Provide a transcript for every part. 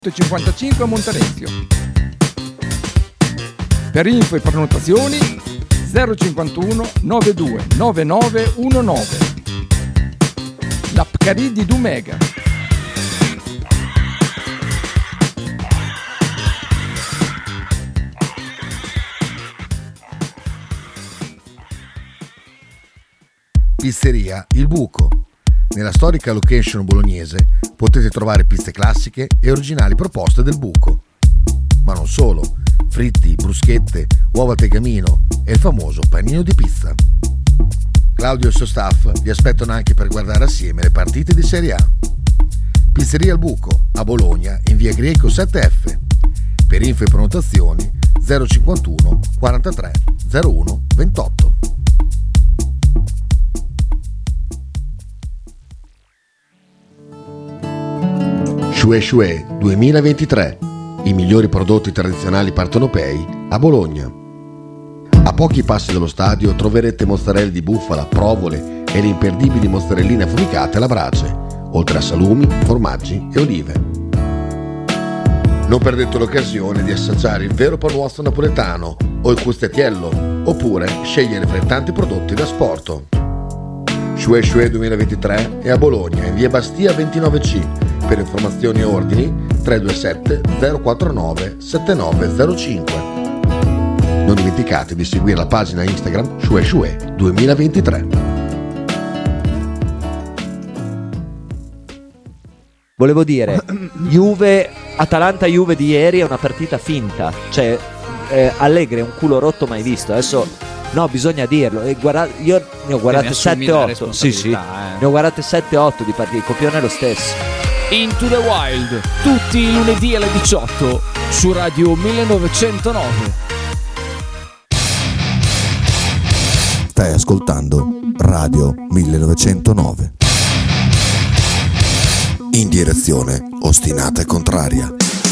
55 a Monterezio. Per info e prenotazioni 051 92 9919. La Pcari di Dumega. Pizzeria Il Buco. Nella storica location bolognese potete trovare pizze classiche e originali proposte del Buco. Ma non solo, fritti, bruschette, uova al tegamino e il famoso panino di pizza. Claudio e il suo staff vi aspettano anche per guardare assieme le partite di Serie A. Pizzeria Il Buco, a Bologna, in via Greco 7F. Per info e prenotazioni 051 43 01 28. Shue Shue 2023. I migliori prodotti tradizionali partenopei a Bologna. A pochi passi dallo stadio troverete mozzarella di bufala, provole e le imperdibili mozzarelline affumicate alla brace, oltre a salumi, formaggi e olive. Non perdete l'occasione di assaggiare il vero panuozzo napoletano o il custettiello, oppure scegliere fra i tanti prodotti da sport. Shue Shue 2023 è a Bologna, in via Bastia 29C. Per informazioni e ordini 327 049 7905. Non dimenticate di seguire la pagina Instagram Shue Shue 2023. Volevo dire, Atalanta-Juve di ieri è una partita finta. Cioè, Allegri è un culo rotto mai visto. Adesso, no, bisogna dirlo. Io ne ho guardate 7-8. Sì. Ne ho guardate 7-8 di partite. Il copione è lo stesso. Into the Wild, tutti i lunedì alle 18 su Radio 1909. Stai ascoltando Radio 1909. In direzione ostinata e contraria.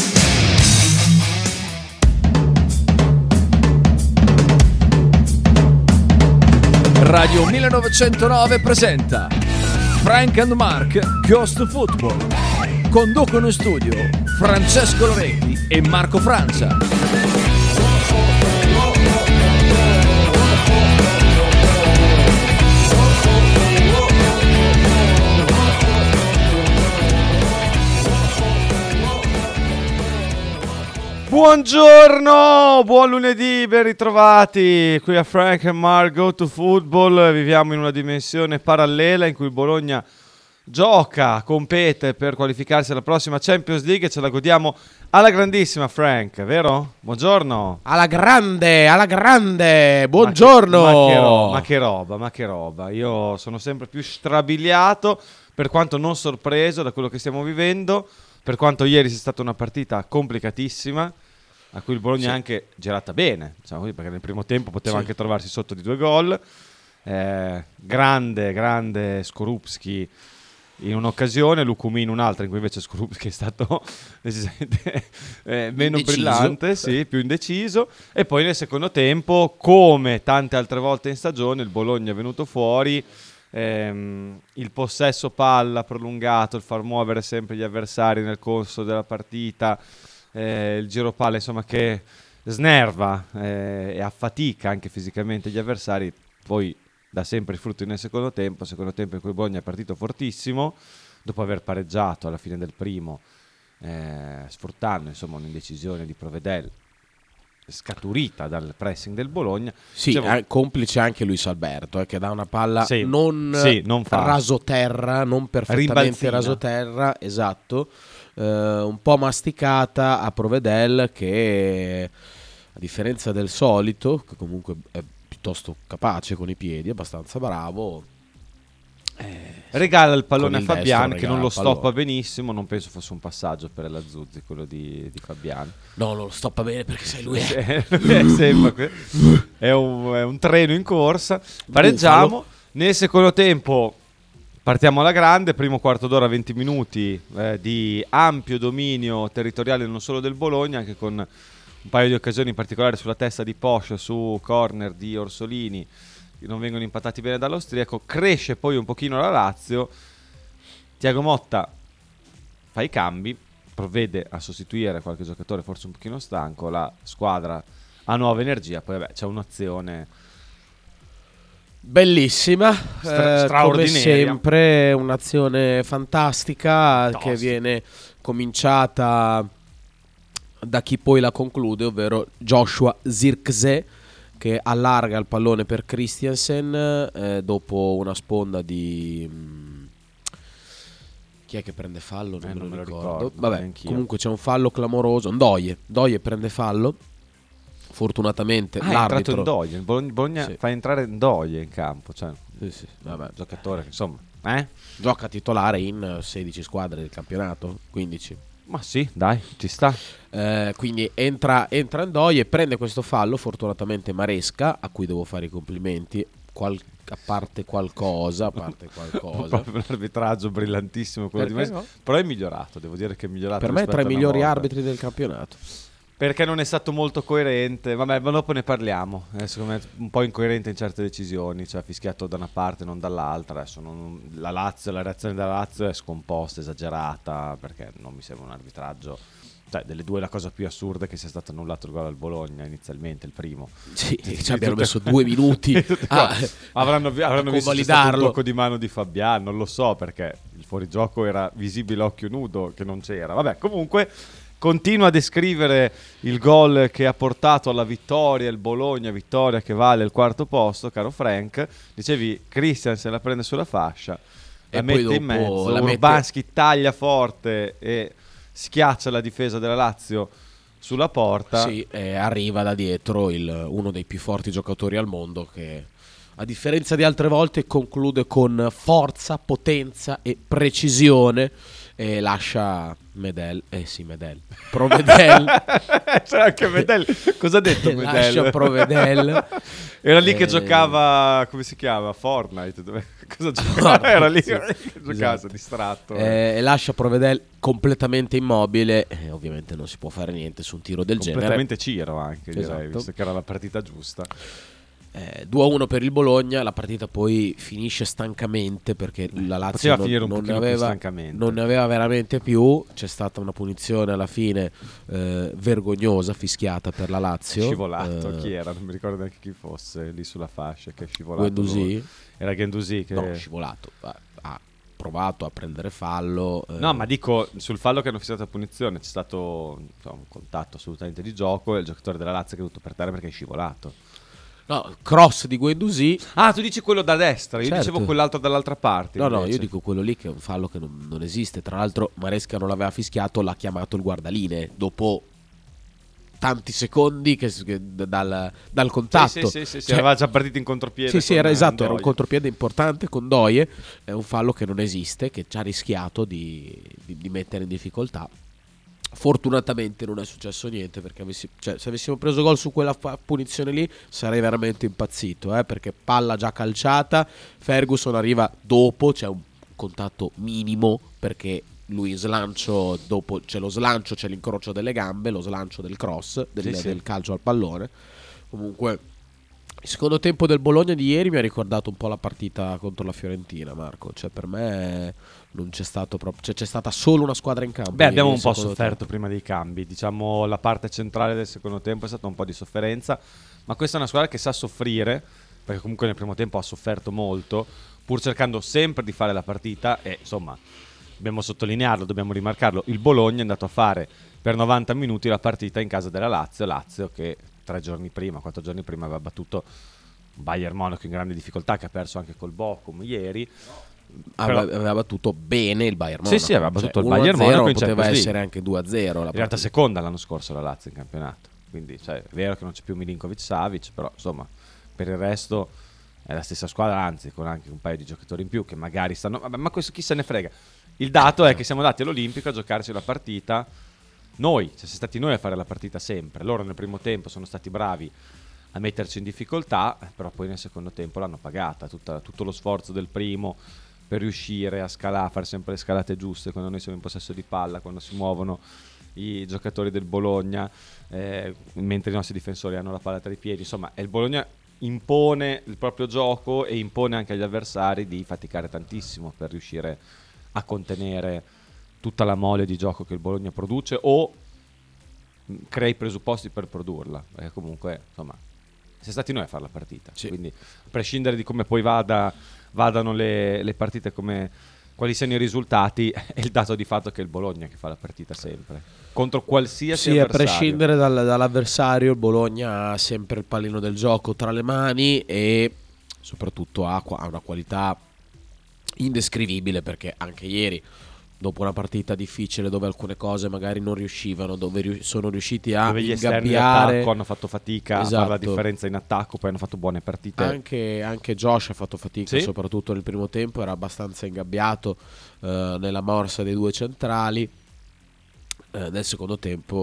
Radio 1909 presenta Frank and Mark Ghost Football. Conducono in studio Francesco Loretti e Marco Francia. Buongiorno, buon lunedì, ben ritrovati qui a Frank and Mark Go to Football. Viviamo in una dimensione parallela in cui il Bologna gioca, compete per qualificarsi alla prossima Champions League e ce la godiamo alla grandissima, Frank, vero? Buongiorno. Alla grande, buongiorno. Ma che roba. Io sono sempre più strabiliato, per quanto non sorpreso da quello che stiamo vivendo, per quanto ieri sia stata una partita complicatissima, a cui il Bologna ha anche girata bene, diciamo così, perché nel primo tempo poteva anche trovarsi sotto di 2 gol. Grande Skorupski in un'occasione, Lukumi in un'altra, in cui invece Skorupski è stato decisamente meno indeciso. brillante, sì, più indeciso. E poi nel secondo tempo, come tante altre volte in stagione, il Bologna è venuto fuori. Il possesso palla prolungato, il far muovere sempre gli avversari nel corso della partita, il giro palla insomma che snerva e affatica anche fisicamente gli avversari, poi dà sempre i frutti nel secondo tempo in cui il Bologna è partito fortissimo dopo aver pareggiato alla fine del primo, sfruttando insomma un'indecisione di Provedel scaturita dal pressing del Bologna. Sì, complice anche Luis Alberto, che dà una palla non rasoterra, non perfettamente rasoterra, esatto, un po' masticata a Provedel, che a differenza del solito, che comunque è piuttosto capace con i piedi, abbastanza bravo, regala il pallone a Fabian, che non lo stoppa benissimo. Non penso fosse un passaggio per l'Azzuzzi quello di Fabian. No, non lo stoppa bene perché sai lui è un treno in corsa. Pareggiamo. Nel secondo tempo partiamo alla grande, primo quarto d'ora, 20 minuti di ampio dominio territoriale non solo del Bologna, anche con un paio di occasioni, in particolare sulla testa di Posch, su corner di Orsolini, che non vengono impattati bene dall'austriaco. Cresce poi un pochino la Lazio. Thiago Motta fa i cambi, provvede a sostituire qualche giocatore forse un pochino stanco, la squadra ha nuova energia, poi vabbè, c'è un'azione bellissima, straordinaria, come sempre un'azione fantastica che viene cominciata da chi poi la conclude, ovvero Joshua Zirkzee, che allarga il pallone per Christiansen dopo una sponda di... Chi è che prende fallo? Non me lo ricordo. Vabbè, comunque c'è un fallo clamoroso. Ndoye prende fallo. Fortunatamente l'arbitro... è entrato Ndoye. Bologna fa entrare Ndoye in campo. Cioè, vabbè. Giocatore che insomma... Gioca titolare in 16 squadre del campionato, 15. Ma sì, dai, ci sta. Quindi entra Ndoye, prende questo fallo. Fortunatamente Maresca, a cui devo fare i complimenti, a parte qualcosa. Proprio un arbitraggio brillantissimo quello di Maresca, no? Però è migliorato, devo dire che è migliorato. Per me è tra i migliori arbitri del campionato. Perché non è stato molto coerente. Vabbè, ma dopo ne parliamo. Secondo me è un po' incoerente in certe decisioni, cioè ha fischiato da una parte non dall'altra. Adesso la reazione della Lazio è scomposta, esagerata, perché non mi sembra un arbitraggio. Cioè, delle due la cosa più assurda è che sia stato annullato il gol al Bologna inizialmente, il primo. Sì, ci abbiamo messo 2 minuti avranno visto un tocco di mano di Fabian, non lo so, perché il fuorigioco era visibile a occhio nudo che non c'era. Vabbè, comunque continua a descrivere il gol che ha portato alla vittoria, il Bologna, vittoria che vale il 4º posto, caro Frank. Dicevi, Christian se la prende sulla fascia, la mette in mezzo, Urbanski taglia forte e schiaccia la difesa della Lazio sulla porta. Sì, arriva da dietro uno dei più forti giocatori al mondo che, a differenza di altre volte, conclude con forza, potenza e precisione e lascia Provedel. C'è anche Medel. Cosa ha detto Medel? Lascia Provedel. Era lì che giocava, come si chiama? Fortnite. Cosa giocava? Era lì che giocava, esatto. Distratto. E lascia Provedel completamente immobile. Ovviamente non si può fare niente su un tiro del genere. Completamente Ciro anche, direi, visto che era la partita giusta. 2-1 per il Bologna. La partita poi finisce stancamente perché la Lazio non ne aveva veramente più. C'è stata una punizione alla fine vergognosa, fischiata per la Lazio. Scivolato, chi era? Non mi ricordo neanche chi fosse lì sulla fascia che è scivolato. Guendouzi? Era Guendouzi che... No, scivolato. Ha provato a prendere fallo. No, ma dico, sul fallo che hanno fissato la punizione c'è stato un contatto assolutamente di gioco e il giocatore della Lazio è caduto per terra perché è scivolato. No, cross di Guendouzi. Ah, tu dici quello da destra, io dicevo quell'altro dall'altra parte. No, io dico quello lì che è un fallo che non esiste. Tra l'altro Maresca non l'aveva fischiato, l'ha chiamato il guardaline dopo tanti secondi dal contatto. Sì, eravamo già partiti in contropiede. Sì, era esatto, era un contropiede importante con Ndoye. È un fallo che non esiste, che ci ha rischiato di mettere in difficoltà. Fortunatamente non è successo niente, perché se avessimo preso gol su quella punizione lì sarei veramente impazzito, perché palla già calciata, Ferguson arriva dopo, c'è un contatto minimo perché lui slancio, dopo c'è lo slancio, c'è l'incrocio delle gambe, lo slancio del cross, del calcio al pallone. Comunque il secondo tempo del Bologna di ieri mi ha ricordato un po' la partita contro la Fiorentina, Marco. Cioè, per me non c'è stato proprio, c'è stata solo una squadra in campo. Beh, abbiamo un po' sofferto prima dei cambi. Diciamo, la parte centrale del secondo tempo è stata un po' di sofferenza, ma questa è una squadra che sa soffrire, perché comunque nel primo tempo ha sofferto molto, pur cercando sempre di fare la partita. E insomma, dobbiamo sottolinearlo, dobbiamo rimarcarlo, il Bologna è andato a fare per 90 minuti la partita in casa della Lazio che 4 giorni prima aveva battuto Bayern Monaco in grande difficoltà, che ha perso anche col Bochum ieri. Aveva battuto bene il Bayern Monaco. Sì, aveva battuto il Bayern Monaco, poteva essere anche 2-0. In realtà seconda l'anno scorso la Lazio in campionato, quindi è vero che non c'è più Milinkovic-Savic, però insomma per il resto è la stessa squadra, anzi con anche un paio di giocatori in più che magari stanno... Vabbè, ma questo chi se ne frega. Il dato è che siamo andati all'Olimpico a giocarci la partita noi, siamo stati noi a fare la partita sempre. Loro nel primo tempo sono stati bravi a metterci in difficoltà, però poi nel secondo tempo l'hanno pagata, tutto lo sforzo del primo per riuscire a scalare, a fare sempre le scalate giuste quando noi siamo in possesso di palla, quando si muovono i giocatori del Bologna, mentre i nostri difensori hanno la palla tra i piedi. Insomma, il Bologna impone il proprio gioco e impone anche agli avversari di faticare tantissimo per riuscire a contenere tutta la mole di gioco che il Bologna produce o crea i presupposti per produrla, perché comunque insomma siamo stati noi a fare la partita, quindi a prescindere di come poi vadano le partite, quali siano i risultati, è il dato di fatto che è il Bologna che fa la partita sempre contro qualsiasi avversario. A prescindere dall'avversario, il Bologna ha sempre il pallino del gioco tra le mani e soprattutto ha una qualità indescrivibile, perché anche ieri, dopo una partita difficile dove alcune cose magari non riuscivano, dove sono riusciti a dove gli ingabbiare, hanno fatto fatica a fare la differenza in attacco, poi hanno fatto buone partite. Anche Josh ha fatto fatica, soprattutto nel primo tempo, era abbastanza ingabbiato nella morsa dei due centrali. Nel secondo tempo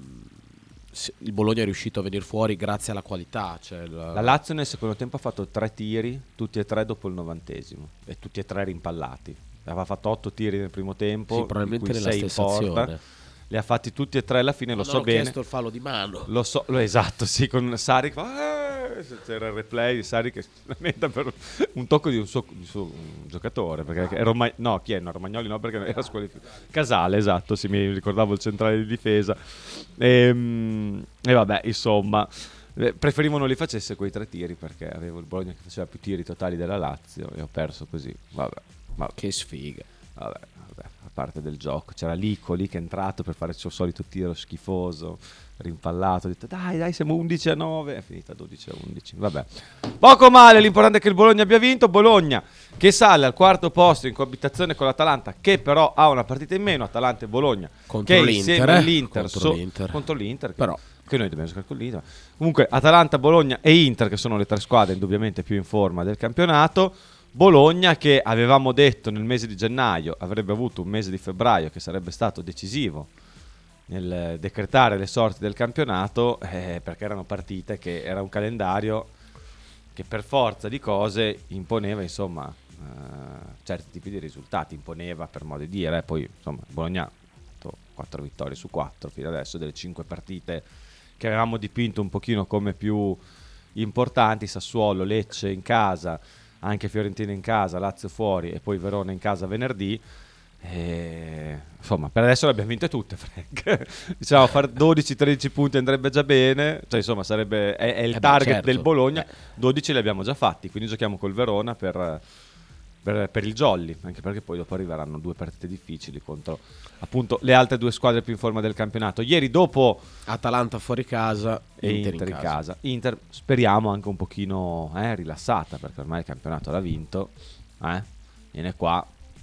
il Bologna è riuscito a venire fuori grazie alla qualità. La Lazio nel secondo tempo ha fatto 3 tiri, tutti e 3 dopo il 90° e tutti e 3 rimpallati. Aveva fatto 8 tiri nel primo tempo, probabilmente nella 6 stessa in porta. Azione. Li ha fatti tutti e 3 alla fine, lo so bene. Hanno chiesto il fallo di mano. Lo so, esatto, sì, con Sarri c'era il replay di Sarri che si lamenta per un tocco di un suo giocatore, perché era chi è? No, Romagnoli no, perché era Casale, esatto, sì, mi ricordavo il centrale di difesa. E vabbè, insomma, preferivano li facesse quei 3 tiri, perché avevo il Bologna che faceva più tiri totali della Lazio e ho perso così. Vabbè. Che sfiga. Vabbè, a parte del gioco, c'era Licoli che è entrato per fare il suo solito tiro schifoso, rimpallato, ha detto dai siamo 11-9, è finita 12-11. Vabbè, poco male, l'importante è che il Bologna abbia vinto. Bologna che sale al 4º posto in coabitazione con l'Atalanta, che però ha una partita in meno. Atalanta e Bologna contro che insieme all'Inter contro l'Inter però che noi dobbiamo giocare con l'Inter. Comunque Atalanta, Bologna e Inter, che sono le 3 squadre indubbiamente più in forma del campionato. Bologna che avevamo detto nel mese di gennaio avrebbe avuto un mese di febbraio che sarebbe stato decisivo nel decretare le sorti del campionato, perché erano partite che era un calendario che per forza di cose imponeva insomma certi tipi di risultati, imponeva per modo di dire. Poi insomma Bologna ha fatto 4 vittorie su 4 fino adesso, delle 5 partite che avevamo dipinto un pochino come più importanti: Sassuolo, Lecce in casa, anche Fiorentina in casa, Lazio fuori e poi Verona in casa venerdì. Insomma, per adesso le abbiamo vinte tutte, Frank. Diciamo, fare 12-13 punti andrebbe già bene, cioè insomma sarebbe è il target del Bologna. 12 li abbiamo già fatti, quindi giochiamo col Verona per il jolly, anche perché poi dopo arriveranno 2 partite difficili contro appunto le altre 2 squadre più in forma del campionato. Ieri dopo Atalanta fuori casa e Inter in casa. Inter speriamo anche un pochino rilassata, perché ormai il campionato l'ha vinto, viene qua,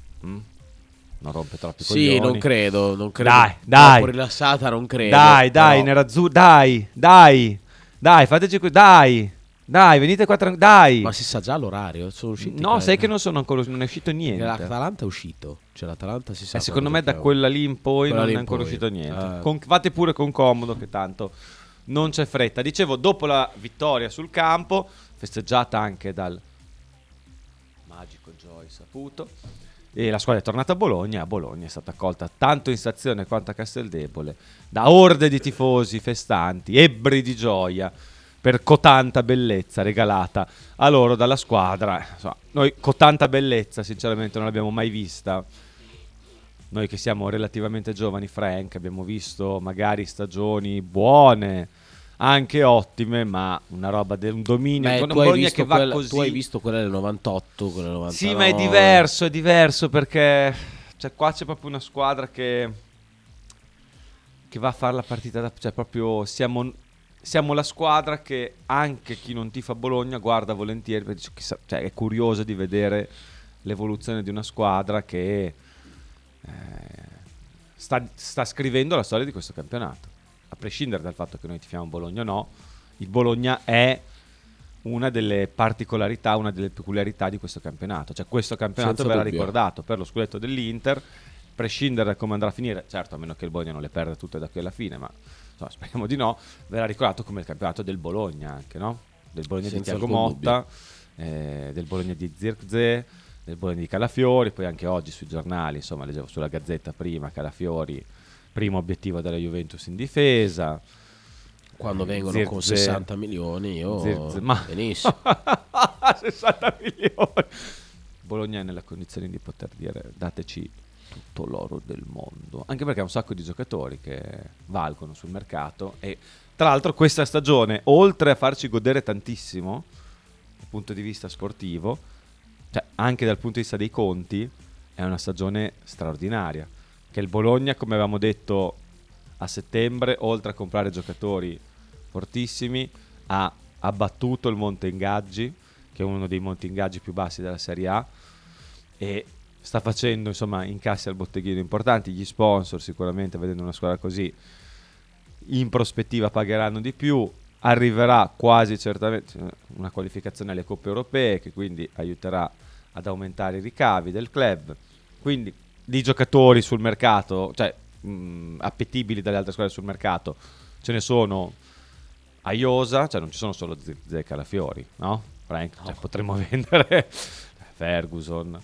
non rompe troppi coglioni. Sì, non credo. Dai. Troppo rilassata non credo. Dai, nerazzurro, dai, fateci qui, dai, venite qua, dai. Ma si sa già l'orario? Sono usciti? No, sai che non è uscito niente. L'Atalanta è uscito. Cioè l'Atalanta si sa. Secondo me da quella lì in poi non è ancora uscito niente. Fate pure con comodo, che tanto non c'è fretta. Dicevo, dopo la vittoria sul campo, festeggiata anche dal magico Joy Saputo, e la squadra è tornata a Bologna. A Bologna è stata accolta tanto in stazione quanto a Casteldebole da orde di tifosi festanti, ebbri di gioia per cotanta bellezza regalata a loro dalla squadra. Insomma, noi cotanta bellezza sinceramente non l'abbiamo mai vista. Noi che siamo relativamente giovani, Frank, abbiamo visto magari stagioni buone, anche ottime, ma una roba un dominio. Con un Bologna che va così. Tu hai visto quella del 98, quella del 99. Sì, ma è diverso perché qua c'è proprio una squadra che va a fare la partita, cioè proprio siamo la squadra che anche chi non tifa Bologna guarda volentieri, perché cioè, è curioso di vedere l'evoluzione di una squadra che sta scrivendo la storia di questo campionato. A prescindere dal fatto che noi tifiamo Bologna o no, il Bologna è una delle particolarità, una delle peculiarità di questo campionato. Cioè questo campionato verrà ricordato per lo scudetto dell'Inter, a prescindere da come andrà a finire, certo a meno che il Bologna non le perda tutte da qui alla fine, ma speriamo di no, verrà ricordato come il campionato del Bologna anche, no? Del Bologna di Thiago Motta, del Bologna di Zirkzee, del Bologna di Calafiori. Poi anche oggi sui giornali, insomma, leggevo sulla Gazzetta prima, Calafiori primo obiettivo della Juventus in difesa. Quando vengono con 60 milioni benissimo. 60 milioni. Bologna è nella condizione di poter dire dateci tutto l'oro del mondo, anche perché ha un sacco di giocatori che valgono sul mercato. E tra l'altro questa stagione, oltre a farci godere tantissimo dal punto di vista sportivo, cioè anche dal punto di vista dei conti, è una stagione straordinaria, che il Bologna, come avevamo detto a settembre, oltre a comprare giocatori fortissimi, ha abbattuto il monte ingaggi, che è uno dei monti ingaggi più bassi della Serie A, e sta facendo insomma incassi al botteghino importanti. Gli sponsor sicuramente, vedendo una squadra così, in prospettiva pagheranno di più. Arriverà quasi certamente una qualificazione alle coppe europee, che quindi aiuterà ad aumentare i ricavi del club. Quindi di giocatori sul mercato, cioè appetibili dalle altre squadre sul mercato, ce ne sono a iosa, cioè non ci sono solo Zé Calafiori, no? Frank, cioè, potremmo vendere Ferguson,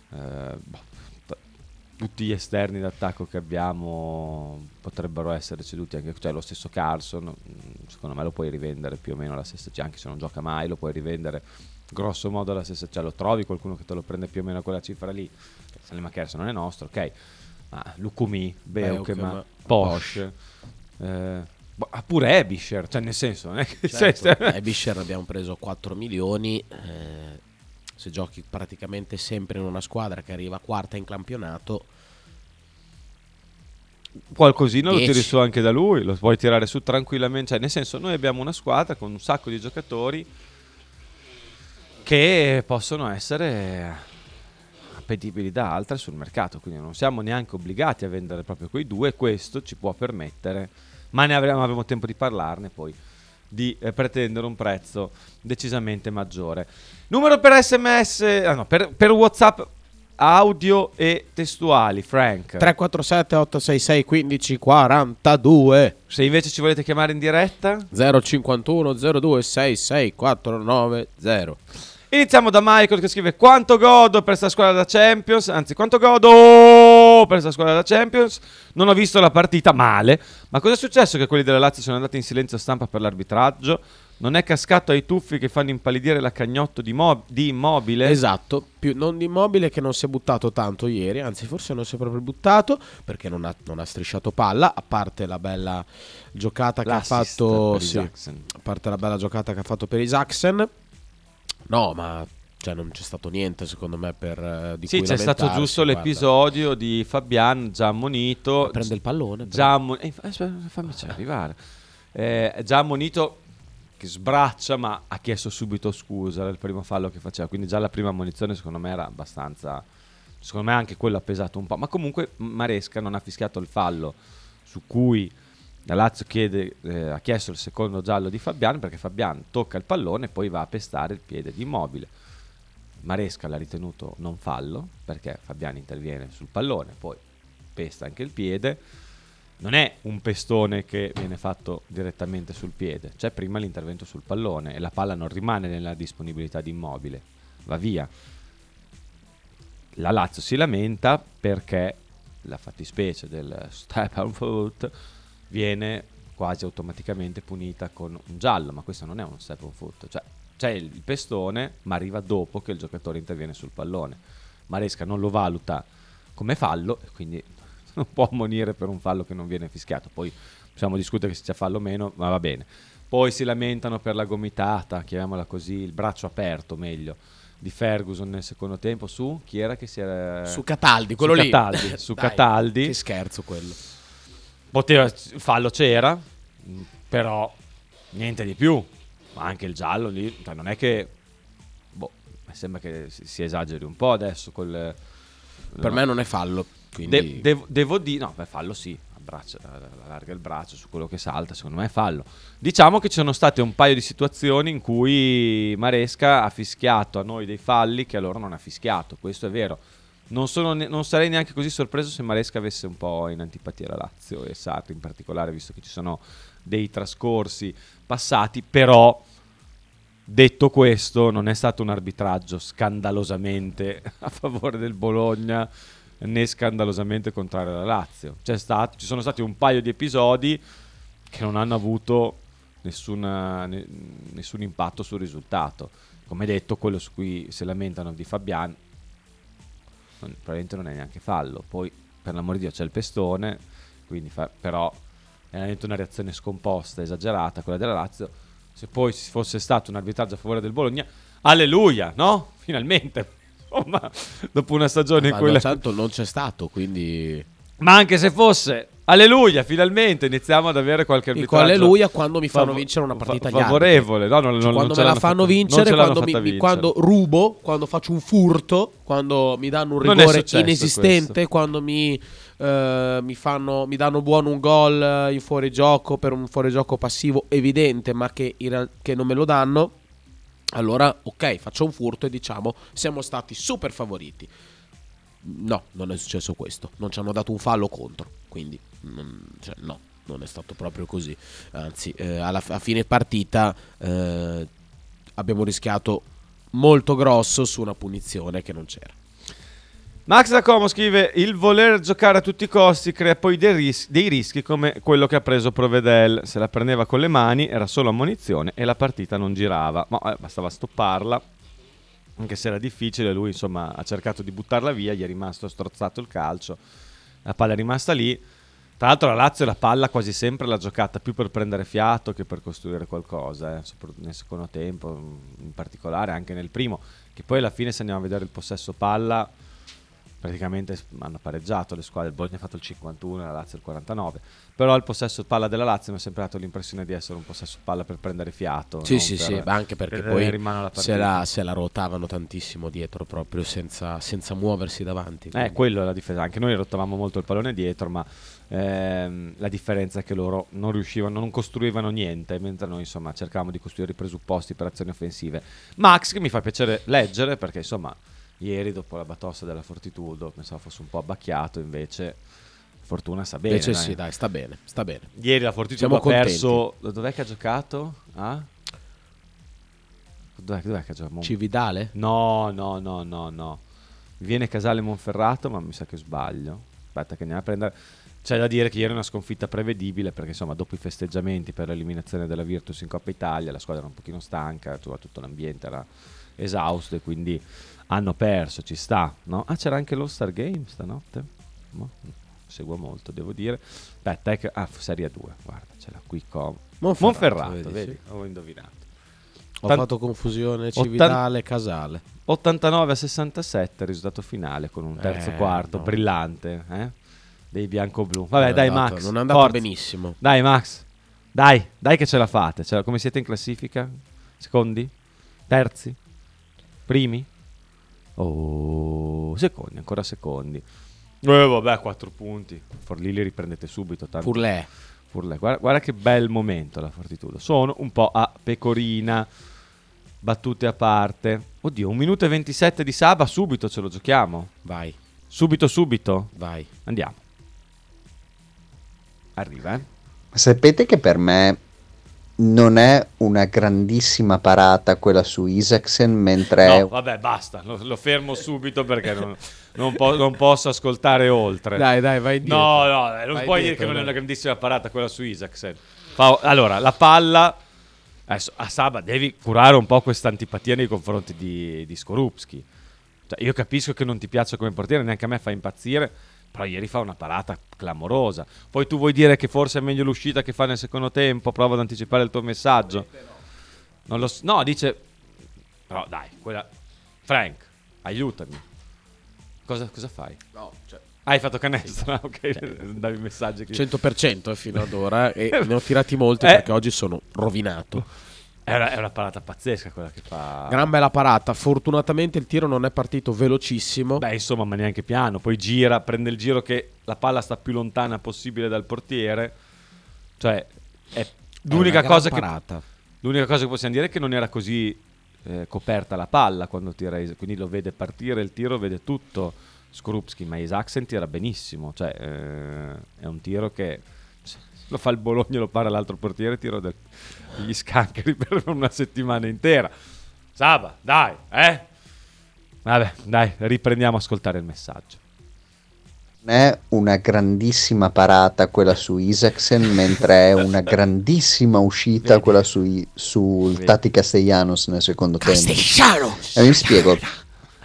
tutti gli esterni d'attacco che abbiamo potrebbero essere ceduti, anche cioè lo stesso Carlson, secondo me lo puoi rivendere più o meno alla stessa, cioè anche se non gioca mai lo puoi rivendere grosso modo alla stessa, cioè lo trovi qualcuno che te lo prende più o meno a quella cifra lì. Salih Makersa non è nostro, ok, ma Lukumi, Beukema, Posch, pure Ebischer, cioè nel senso non è che certo, Ebischer abbiamo preso 4 milioni, se giochi praticamente sempre in una squadra che arriva quarta in campionato, qualcosina 10. Lo tiri su anche da lui, lo puoi tirare su tranquillamente, cioè nel senso noi abbiamo una squadra con un sacco di giocatori che possono essere appetibili da altre sul mercato, quindi non siamo neanche obbligati a vendere proprio quei due. Questo ci può permettere, ma ne avremo tempo di parlarne poi, di pretendere un prezzo decisamente maggiore. Numero per sms, per WhatsApp audio e testuali, Frank. 347 866 1542. Se invece ci volete chiamare in diretta, 051 02 66 490. Iniziamo da Michael che scrive: quanto godo per sta squadra da Champions, anzi quanto godo per sta squadra da Champions. Non ho visto la partita, male, ma cosa è successo che quelli della Lazio sono andati in silenzio stampa per l'arbitraggio? Non è cascato ai tuffi che fanno impallidire la Cagnotto di Immobile? Esatto, non di Immobile, che non si è buttato tanto ieri, anzi forse non si è proprio buttato perché non ha strisciato palla, a parte la bella giocata che ha fatto, sì, a parte la bella giocata che ha fatto per Isaacsen. No, ma cioè non c'è stato niente secondo me di sì, cui c'è stato giusto l'episodio di Fabian già ammonito, prende il pallone fammi arrivare, già ammonito, che sbraccia, ma ha chiesto subito scusa del primo fallo che faceva, quindi già la prima ammonizione secondo me era abbastanza, secondo me anche quello ha pesato un po', ma comunque Maresca non ha fischiato il fallo su cui la Lazio ha chiesto il secondo giallo di Fabian, perché Fabian tocca il pallone e poi va a pestare il piede di Immobile. Maresca l'ha ritenuto non fallo perché Fabian interviene sul pallone, poi pesta anche il piede. Non è un pestone che viene fatto direttamente sul piede, c'è prima l'intervento sul pallone e la palla non rimane nella disponibilità di Immobile, va via. La Lazio si lamenta perché la fattispecie del step on foot viene quasi automaticamente punita con un giallo, ma questo non è uno step on foot, cioè c'è il pestone ma arriva dopo che il giocatore interviene sul pallone. Maresca non lo valuta come fallo e quindi non può ammonire per un fallo che non viene fischiato. Poi possiamo discutere se c'è fallo o meno, ma va bene. Poi si lamentano per la gomitata, chiamiamola così, il braccio aperto meglio, di Ferguson nel secondo tempo su chi era che si era su Cataldi, quello su lì Cataldi, su Cataldi. Che scherzo quello. Il fallo c'era, però niente di più. Ma anche il giallo lì, cioè non è che sembra che si esageri un po' adesso per me non è fallo, quindi devo dire no, fallo sì, allarga il braccio su quello che salta, secondo me è fallo. Diciamo che ci sono state un paio di situazioni in cui Maresca ha fischiato a noi dei falli che a loro non ha fischiato, questo è vero. Non sarei neanche così sorpreso se Maresca avesse un po' in antipatia la Lazio e Sarri in particolare, visto che ci sono dei trascorsi passati. Però detto questo, non è stato un arbitraggio scandalosamente a favore del Bologna né scandalosamente contrario alla Lazio. Ci sono stati un paio di episodi che non hanno avuto nessun impatto sul risultato. Come detto, quello su cui si lamentano di Fabian probabilmente non è neanche fallo. Poi per l'amor di Dio c'è il pestone, quindi però è una reazione scomposta, esagerata quella della Lazio. Se poi ci fosse stato un arbitraggio a favore del Bologna, alleluia, no? Finalmente, insomma, dopo una stagione in cui tanto non c'è stato, quindi... Ma anche se fosse, alleluia, finalmente iniziamo ad avere qualche arbitraggio. Dico alleluia quando mi fanno vincere una partita favorevole, no, quando me la fanno vincere, quando rubo, quando faccio un furto, quando mi danno un rigore inesistente, questo. Quando mi danno buono un gol in fuorigioco per un fuorigioco passivo evidente, ma che non me lo danno. Allora, ok, faccio un furto e diciamo siamo stati super favoriti. No, non è successo questo. Non ci hanno dato un fallo contro. Quindi, no, non è stato proprio così. Anzi, a fine partita abbiamo rischiato molto grosso su una punizione che non c'era. Max da Como scrive: il voler giocare a tutti i costi crea poi dei rischi come quello che ha preso Provedel. Se la prendeva con le mani era solo ammonizione e la partita non girava. Ma bastava stopparla, anche se era difficile. Lui insomma ha cercato di buttarla via, gli è rimasto strozzato il calcio, la palla è rimasta lì. Tra l'altro la Lazio la palla quasi sempre l'ha giocata più per prendere fiato che per costruire qualcosa, soprattutto nel secondo tempo, in particolare anche nel primo, che poi alla fine, se andiamo a vedere il possesso palla, praticamente hanno pareggiato le squadre. Il Bologna ha fatto il 51 e la Lazio il 49, però il possesso palla della Lazio mi ha sempre dato l'impressione di essere un possesso palla per prendere fiato, sì, anche perché poi se la ruotavano tantissimo dietro, proprio senza muoversi davanti, quello è la difesa. Anche noi rotavamo molto il pallone dietro, ma la differenza è che loro non riuscivano, non costruivano niente, mentre noi insomma cercavamo di costruire i presupposti per azioni offensive. Max, che mi fa piacere leggere, perché insomma ieri dopo la batossa della Fortitudo pensavo fosse un po' abbacchiato, invece fortuna sta bene. Invece sì, dai, sta bene. Ieri la Fortitudo ha perso. Dov'è che ha giocato? Dov'è che ha giocato? Cividale? No. Mi viene Casale Monferrato, ma mi sa che sbaglio. Aspetta che andiamo a prendere. C'è da dire che ieri è una sconfitta prevedibile, perché insomma dopo i festeggiamenti per l'eliminazione della Virtus in Coppa Italia la squadra era un pochino stanca, tutto l'ambiente era esausto e quindi hanno perso, ci sta, no? C'era anche l'All-Star Game stanotte? No? Seguo molto, devo dire. Aspetta, Serie 2, guarda, ce l'ha qui Monferrato, vedi? Sì. Ho indovinato. Ho fatto confusione, Cividale, Casale. 89-67 risultato finale, con un terzo quarto brillante, dei bianco-blu. Vabbè, dai Max. Non è andato benissimo. Dai Max, dai che ce la fate. Come siete in classifica? Secondi? Terzi? Primi? Secondi, ancora secondi. Vabbè, 4 punti. Forlì li riprendete subito. Furlè. Guarda che bel momento la Fortitudo. Sono un po' a pecorina. Battute a parte. Oddio, 1 minuto e 27 di Saba. Subito ce lo giochiamo. Vai. Subito. Vai. Andiamo. Arriva, Sapete che per me non è una grandissima parata quella su Isaacsen, mentre vabbè, basta, lo fermo subito perché non posso ascoltare oltre. Dai, vai indietro. No, non puoi dire che non è una grandissima parata quella su Isaacsen. Allora, la palla adesso a Saba devi curare un po' questa antipatia nei confronti di Skorupski. Cioè, io capisco che non ti piaccia come portiere, neanche a me fa impazzire, però ieri fa una parata clamorosa. Poi tu vuoi dire che forse è meglio l'uscita che fa nel secondo tempo? Provo ad anticipare il tuo messaggio. No, dice. Però dai, quella. Frank, aiutami. Cosa fai? No, cioè. Hai fatto canestro? Ok, davi messaggi. 100% fino ad ora e ne ho tirati molti perché oggi sono rovinato. È una parata pazzesca quella che fa. Gran bella parata. Fortunatamente il tiro non è partito velocissimo. Beh, insomma, ma neanche piano. Poi gira, prende il giro che la palla sta più lontana possibile dal portiere. Cioè, è l'unica cosa che possiamo dire è che non era così coperta la palla quando tira. Quindi lo vede partire il tiro, vede tutto Skorupski, ma Isaacsen tira benissimo. Cioè, è un tiro che lo fa il Bologna, lo para l'altro portiere, tiro degli scancri per una settimana intera. Saba, dai, Vabbè, dai, riprendiamo a ascoltare il messaggio. Non è una grandissima parata quella su Isaacsen, mentre è una grandissima uscita quella sul Tati Castellanos nel secondo tempo. E mi spiego,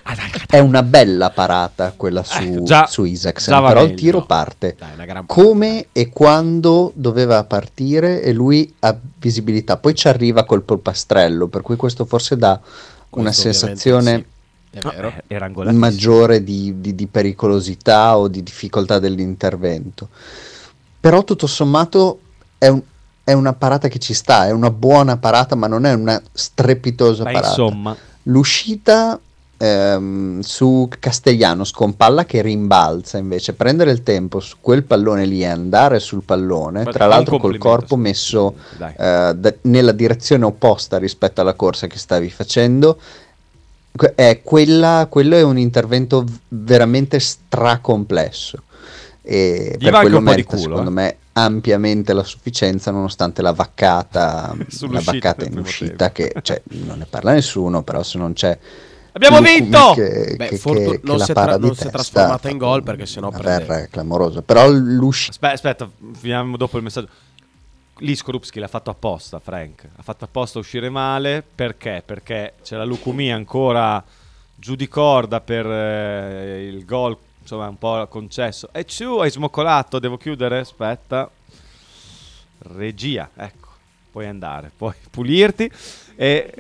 È una bella parata quella su Isaacsen, però il tiro parte come e quando doveva partire e lui ha visibilità, poi ci arriva col polpastrello, per cui questo forse dà una sensazione maggiore di pericolosità o di difficoltà dell'intervento, però tutto sommato è una parata che ci sta, è una buona parata, ma non è una strepitosa parata. Insomma, l'uscita su Castellanos con palla che rimbalza, invece prendere il tempo su quel pallone lì e andare sul pallone, tra l'altro col corpo messo nella direzione opposta rispetto alla corsa che stavi facendo, quello è un intervento veramente stracomplesso e per quello merita secondo me ampiamente la sufficienza, nonostante la vaccata in uscita che non ne parla nessuno, però se non c'è abbiamo vinto! Non si è trasformata in gol perché sennò è clamoroso. Però l'uscita. Aspetta, finiamo dopo il messaggio. Lì Skorupski l'ha fatto apposta, Frank. Ha fatto apposta a uscire male. Perché? Perché c'è la Lukumi ancora giù di corda per il gol, insomma, un po' concesso. E hai smoccolato, devo chiudere? Aspetta. Regia, ecco. Puoi andare, puoi pulirti e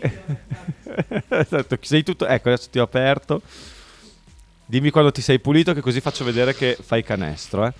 sei tutto, ecco, adesso ti ho aperto, dimmi quando ti sei pulito che così faccio vedere che fai canestro.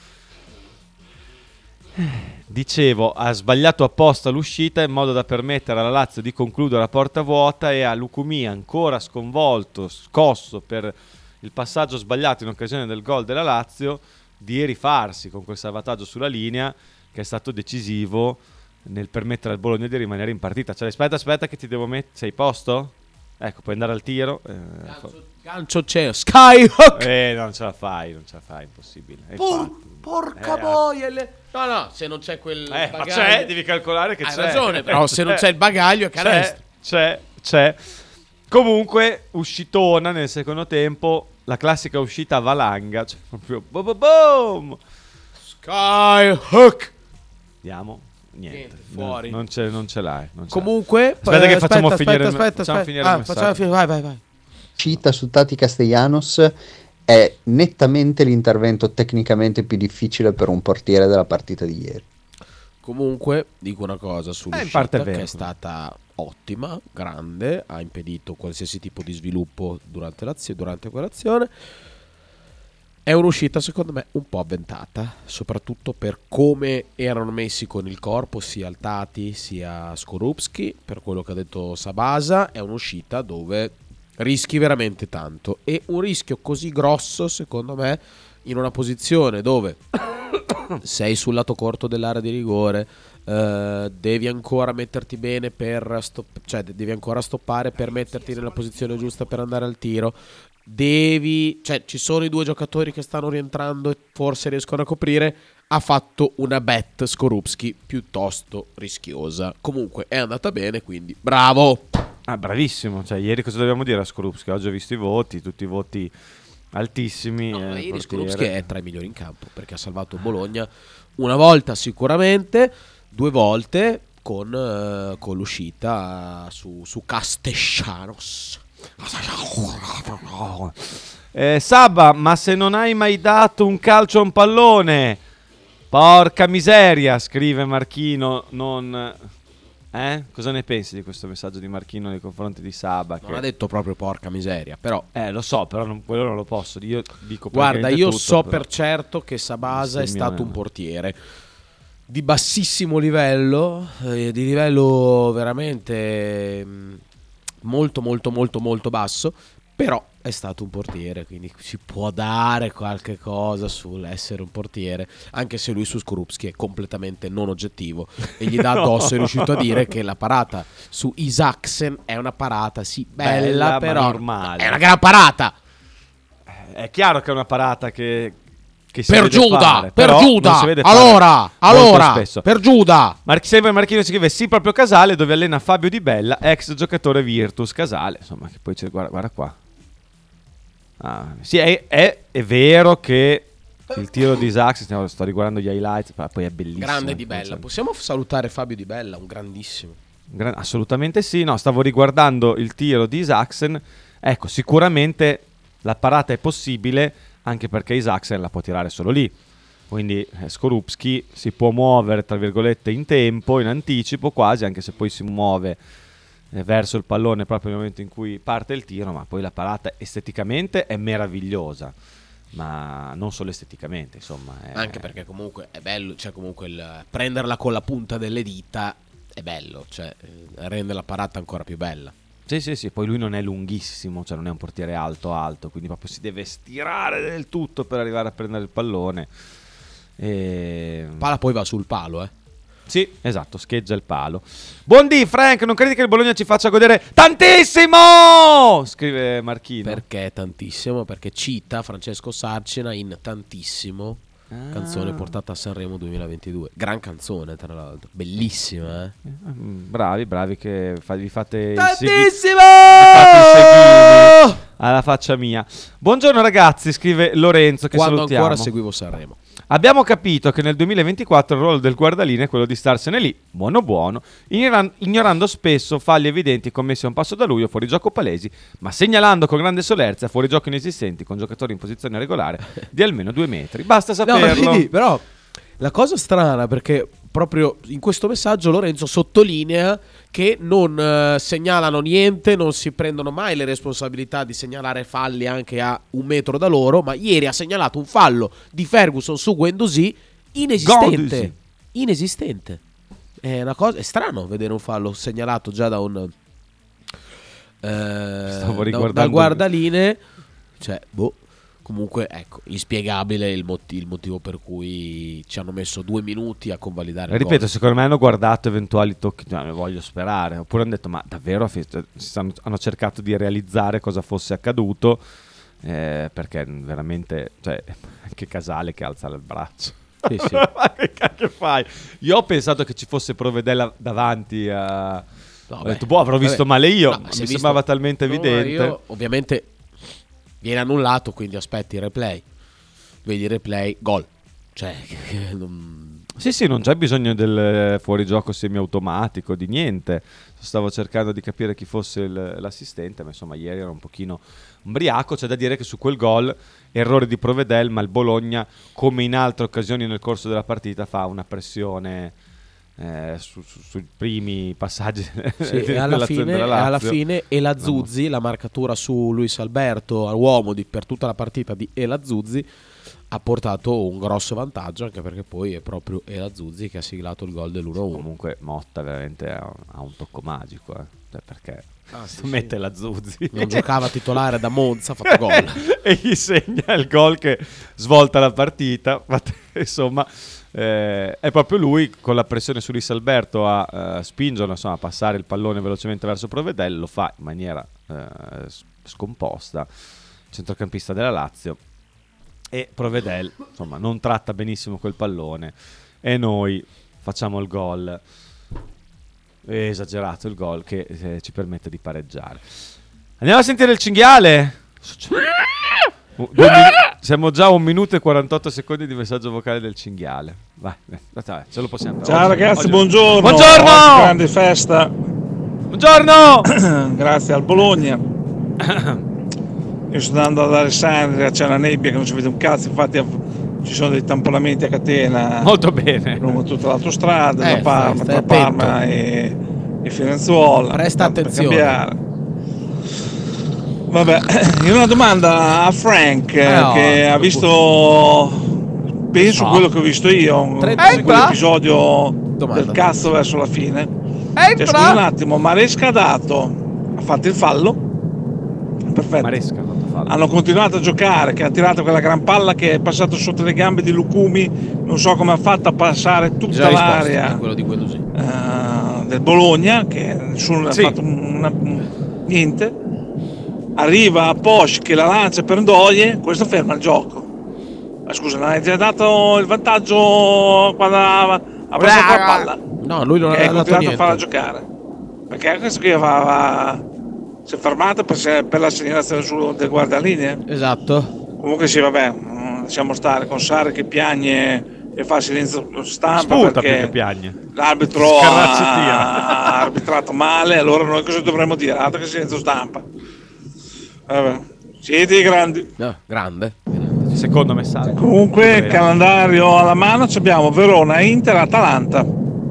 Dicevo, ha sbagliato apposta l'uscita in modo da permettere alla Lazio di concludere a porta vuota e a Lukumi, ancora sconvolto, scosso per il passaggio sbagliato in occasione del gol della Lazio, di rifarsi con quel salvataggio sulla linea che è stato decisivo nel permettere al Bologna di rimanere in partita. Cioè, aspetta che ti devo mettere. Sei a posto? Ecco, puoi andare al tiro. Gancio c'è. Skyhook! Non ce la fai, impossibile. Porca boia! No, se non c'è quel bagaglio. Ma c'è, devi calcolare che Hai c'è. Hai ragione, però se non c'è il bagaglio è canestro. C'è. Comunque, uscitona nel secondo tempo, la classica uscita a valanga. Cioè, proprio boom! Skyhook! Andiamo. Niente, fuori. Non ce l'hai. Comunque, aspetta che facciamo finire il messaggio. Vai. Cita su Tati Castellanos è nettamente l'intervento tecnicamente più difficile per un portiere della partita di ieri. Comunque dico una cosa sull'uscita che è stata ottima, grande, ha impedito qualsiasi tipo di sviluppo durante quell'azione. È un'uscita secondo me un po' avventata, soprattutto per come erano messi con il corpo sia Tati sia Skorupski, per quello che ha detto Sabasa. È un'uscita dove rischi veramente tanto, e un rischio così grosso secondo me in una posizione dove sei sul lato corto dell'area di rigore, devi ancora metterti bene devi ancora stoppare per metterti nella posizione giusta per andare al tiro. Ci sono i due giocatori che stanno rientrando e forse riescono a coprire. Ha fatto una bet Skorupski piuttosto rischiosa. Comunque è andata bene, quindi bravo. Bravissimo. Cioè, ieri cosa dobbiamo dire a Skorupski? Oggi ho visto i voti, tutti i voti altissimi. Ieri Skorupski è tra i migliori in campo perché ha salvato Bologna una volta sicuramente, 2 volte con l'uscita su Castellanos. Sabba, ma se non hai mai dato un calcio a un pallone, porca miseria, scrive Marchino. Cosa ne pensi di questo messaggio di Marchino nei confronti di Sabba? Non ha detto proprio porca miseria, però lo so, però quello non lo posso. Io dico, guarda, io tutto, so però. Per certo che Sabasa è stato un portiere di bassissimo livello, di livello veramente molto molto molto molto basso, però è stato un portiere, quindi si può dare qualche cosa sull'essere un portiere, anche se lui su Skorupski è completamente non oggettivo e gli dà addosso. È riuscito a dire che la parata su Isaacsen è una parata bella però normale, è una gran parata. È chiaro che è una parata che per Giuda, allora per Giuda. Sempre Marchino scrive sì, proprio Casale, dove allena Fabio Di Bella, ex giocatore Virtus. Casale, insomma, che poi c'è, guarda qua. Sì, è vero che il tiro di Isaacsen, sto riguardando gli highlights, poi è bellissimo. Grande Di Bella, possiamo salutare Fabio Di Bella, un grandissimo. Assolutamente sì. No, stavo riguardando il tiro di Isaacsen. Ecco, sicuramente la parata è possibile anche perché Isaksen la può tirare solo lì, quindi Skorupski si può muovere tra virgolette in tempo, in anticipo quasi, anche se poi si muove verso il pallone proprio nel momento in cui parte il tiro, ma poi la parata esteticamente è meravigliosa, ma non solo esteticamente, insomma. Anche perché comunque è bello, cioè comunque prenderla con la punta delle dita è bello, cioè rende la parata ancora più bella. Sì, poi lui non è lunghissimo, cioè non è un portiere alto, quindi proprio si deve stirare del tutto per arrivare a prendere il pallone. La palla poi va sul palo, Sì, esatto, scheggia il palo. Buondì Frank, non credi che il Bologna ci faccia godere tantissimo? Scrive Marchino. Perché tantissimo? Perché cita Francesco Sarcina in Tantissimo, canzone portata a Sanremo 2022. Gran canzone, tra l'altro, bellissima. Bravi che vi fate tantissimo alla faccia mia. Buongiorno ragazzi, scrive Lorenzo, che quando salutiamo. Ancora seguivo Sanremo. Abbiamo capito che nel 2024 il ruolo del guardalinee è quello di starsene lì, buono, ignorando spesso falli evidenti commessi a un passo da lui o fuorigioco palesi, ma segnalando con grande solerzia fuorigioco inesistenti con giocatori in posizione regolare di almeno 2 metri. Basta saperlo. No, però la cosa strana, perché proprio in questo messaggio Lorenzo sottolinea che non segnalano niente, non si prendono mai le responsabilità di segnalare falli anche a 1 metro da loro, ma ieri ha segnalato un fallo di Ferguson su Guendouzi inesistente. È una cosa, è strano vedere un fallo segnalato già da un dal guardalinee, cioè comunque ecco, inspiegabile il motivo per cui ci hanno messo 2 minuti a convalidare il ripeto, gol. secondo me hanno guardato eventuali tocchi, voglio sperare, oppure hanno detto ma davvero hanno cercato di realizzare cosa fosse accaduto, perché veramente, cioè, anche Casale che alza il braccio. Sì. Ma che cacchio fai? Io ho pensato che ci fosse Provedella davanti a... ho detto, avrò visto male io, no, mi sembrava talmente evidente. Io, ovviamente viene annullato, quindi aspetti il replay, vedi il replay, gol. Cioè, Sì, non c'è bisogno del fuorigioco semiautomatico, di niente. Stavo cercando di capire chi fosse l'assistente, ma insomma ieri era un pochino umbriaco. C'è da dire che su quel gol, errore di Provedel, ma il Bologna, come in altre occasioni nel corso della partita, fa una pressione sui primi passaggi e alla fine Elazuzzi, la marcatura su Luis Alberto a uomo per tutta la partita di Elazuzzi, ha portato un grosso vantaggio, anche perché poi è proprio Elazuzzi che ha siglato il gol dell'1-1. Comunque Motta veramente ha un tocco magico, perché mette Elazuzzi, non giocava titolare da Monza, ha fatto gol e gli segna il gol che svolta la partita. Insomma, è proprio lui con la pressione su Luis Alberto a spingerlo, insomma, a passare il pallone velocemente verso Provedel. Lo fa in maniera scomposta, centrocampista della Lazio, e Provedel insomma non tratta benissimo quel pallone e noi facciamo il gol. È esagerato il gol che ci permette di pareggiare. Andiamo a sentire il cinghiale. Siamo già a 1 minuto e 48 secondi di messaggio vocale del cinghiale. Vai, ce lo possiamo. Ciao ragazzi, buongiorno. Buongiorno. Oggi grande festa. Buongiorno. Grazie al Bologna. Io sto andando ad Alessandria, c'è la nebbia che non si vede un cazzo, infatti ci sono dei tamponamenti a catena. Molto bene. Lungo tutta l'autostrada, da Parma, tra Parma e Firenzuola. Presta attenzione. Vabbè, io ho una domanda a Frank che ha visto, penso quello che ho visto io, quell'episodio del cazzo verso la fine. Cioè, scusa un attimo, Maresca ha fatto il fallo. Perfetto. Maresca ha fatto fallo. Hanno continuato a giocare, che ha tirato quella gran palla che è passata sotto le gambe di Lucumi, non so come ha fatto a passare tutta l'area quello di Guendouzi. Del Bologna, che nessuno ha fatto niente. Arriva a Posch che la lancia per Ndoye, questo ferma il gioco. Scusa, non hai già dato il vantaggio quando ha preso la palla? No, lui non ha dato continuato niente a farla giocare, perché questo qui si è fermato per la segnalazione del guardalinee. Esatto. Comunque sì, vabbè, lasciamo stare con Sarri che piagne e fa silenzio stampa. Sputa perché piagne. L'arbitro ha arbitrato male, allora noi cosa dovremmo dire? Altro che silenzio stampa. Vabbè, Siete grandi. No, grande. Secondo messaggio. Comunque, calendario alla mano, abbiamo Verona, Inter, Atalanta.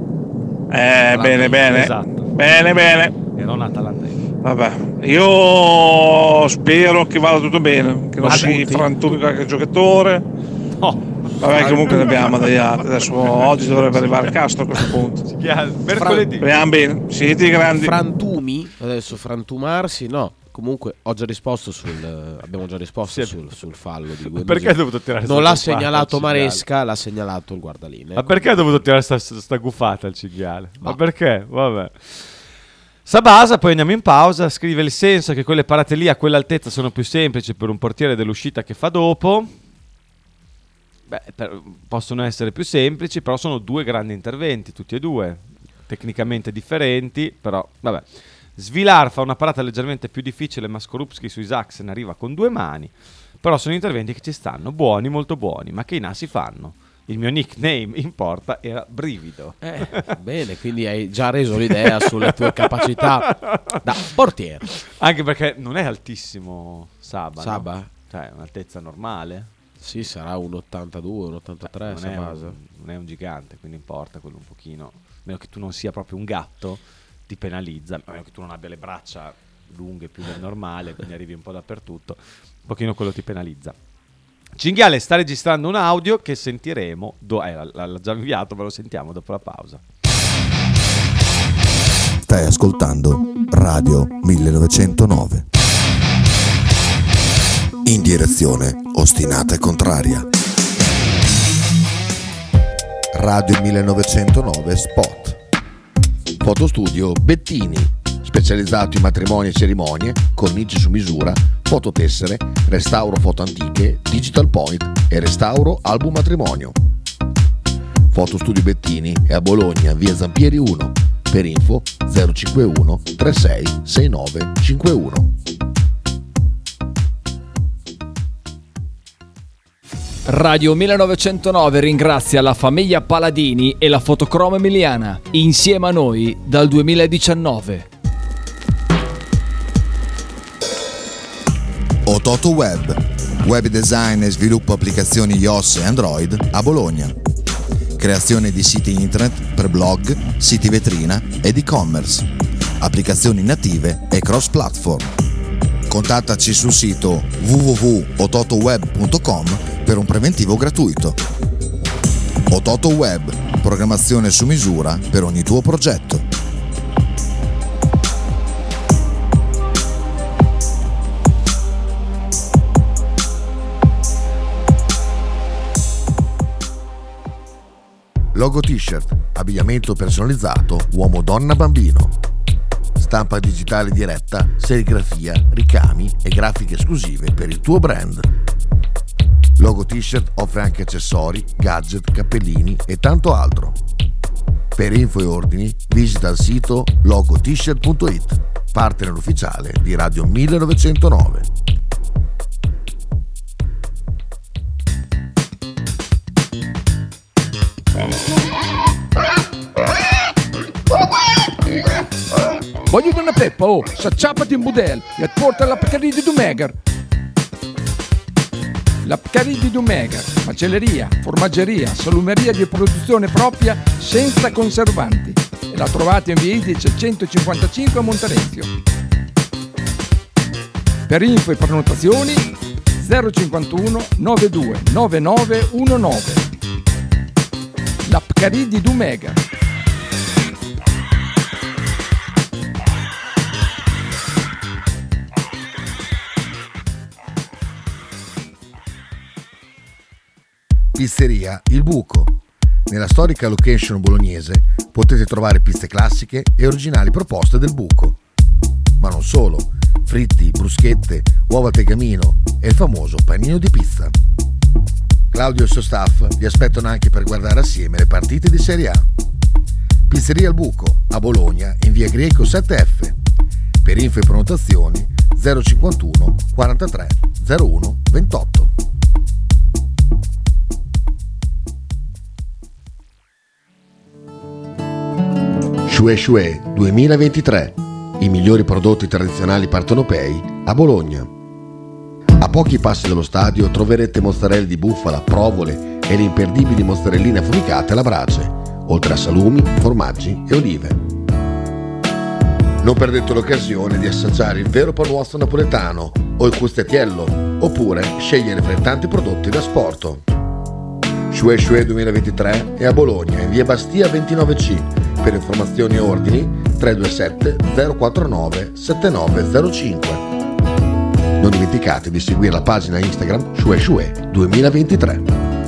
Bene. Esatto. Bene. E non Atalanta. Vabbè, io spero che vada tutto bene, che non si frantumi qualche giocatore. No. Vabbè, comunque ne abbiamo degli altri. Adesso oggi dovrebbe arrivare Castro a questo punto. Mercoledì. Speriamo bene. Siete grandi. Frantumi? Adesso frantumarsi? No. Comunque abbiamo già risposto sul fallo di Guendouzi. Perché ha dovuto tirare non l'ha segnalato Maresca, l'ha segnalato il guardaline. Ma perché ha dovuto tirare sta guffata al cinghiale? Ma perché? Vabbè. Sabasa, poi andiamo in pausa, scrive: il senso è che quelle parate lì a quell'altezza sono più semplici per un portiere dell'uscita che fa dopo. Possono essere più semplici, però sono due grandi interventi, tutti e due, tecnicamente differenti, però vabbè. Svilar fa una parata leggermente più difficile, ma Skorupski su Isaac se ne arriva con due mani. Però sono interventi che ci stanno, buoni, molto buoni, ma che i nasi fanno. Il mio nickname in porta era Brivido. Bene, quindi hai già reso l'idea sulle tue capacità da portiere. Anche perché non è altissimo Saba. No? Cioè, è un'altezza normale. Sì, sarà un 82, un 83. Non è un gigante, quindi in porta quello un pochino. A meno che tu non sia proprio un gatto, ti penalizza. A meno che tu non abbia le braccia lunghe più del normale, quindi arrivi un po' dappertutto. Un pochino quello ti penalizza. Cinghiale sta registrando un audio che sentiremo. L'ha già inviato, ma lo sentiamo dopo la pausa. Stai ascoltando Radio 1909. In direzione ostinata e contraria. Radio 1909 Spot. Fotostudio Bettini, specializzato in matrimoni e cerimonie, cornici su misura, fototessere, restauro foto antiche, digital point e restauro album matrimonio. Fotostudio Bettini è a Bologna, via Zampieri 1. Per info 051 36 69 51. Radio 1909 ringrazia la famiglia Paladini e la Fotocromo Emiliana, insieme a noi dal 2019. Ototo Web, web design e sviluppo applicazioni iOS e Android a Bologna. Creazione di siti internet per blog, siti vetrina ed e-commerce, applicazioni native e cross-platform. Contattaci sul sito www.ototoweb.com per un preventivo gratuito. Ototo Web, programmazione su misura per ogni tuo progetto. Logo T-shirt, abbigliamento personalizzato uomo, donna, bambino. Stampa digitale diretta, serigrafia, ricami e grafiche esclusive per il tuo brand. Logo T-shirt offre anche accessori, gadget, cappellini e tanto altro. Per info e ordini visita il sito logotshirt.it, partner ufficiale di Radio 1909. Voglio una peppa, s'acciappati in budel e porta la Pcaridi di Dumegar. La Pcaridi di Dumegar, macelleria, formaggeria, salumeria di produzione propria senza conservanti. E la trovate in via Idice 155 a Monterezio. Per info e prenotazioni 051 92 9919. La Pcaridi di Dumegar. Pizzeria Il Buco. Nella storica location bolognese potete trovare pizze classiche e originali proposte del buco. Ma non solo, fritti, bruschette, uova al tegamino e il famoso panino di pizza. Claudio e il suo staff vi aspettano anche per guardare assieme le partite di Serie A. Pizzeria Il Buco, a Bologna, in via Greco 7F. Per info e prenotazioni 051 43 01 28. Shue Shue 2023. I migliori prodotti tradizionali partenopei a Bologna. pochi passi dallo stadio troverete mozzarella di bufala, provole e le imperdibili mozzarelline affumicate alla brace, oltre a salumi, formaggi e olive. Non perdete l'occasione di assaggiare il vero panuozzo napoletano o il custettiello, oppure scegliere fra i tanti prodotti da sport. Shue Shue 2023 è a Bologna, in via Bastia 29C. Per informazioni e ordini 327 049 7905. Non dimenticate di seguire la pagina Instagram Shue Shue 2023.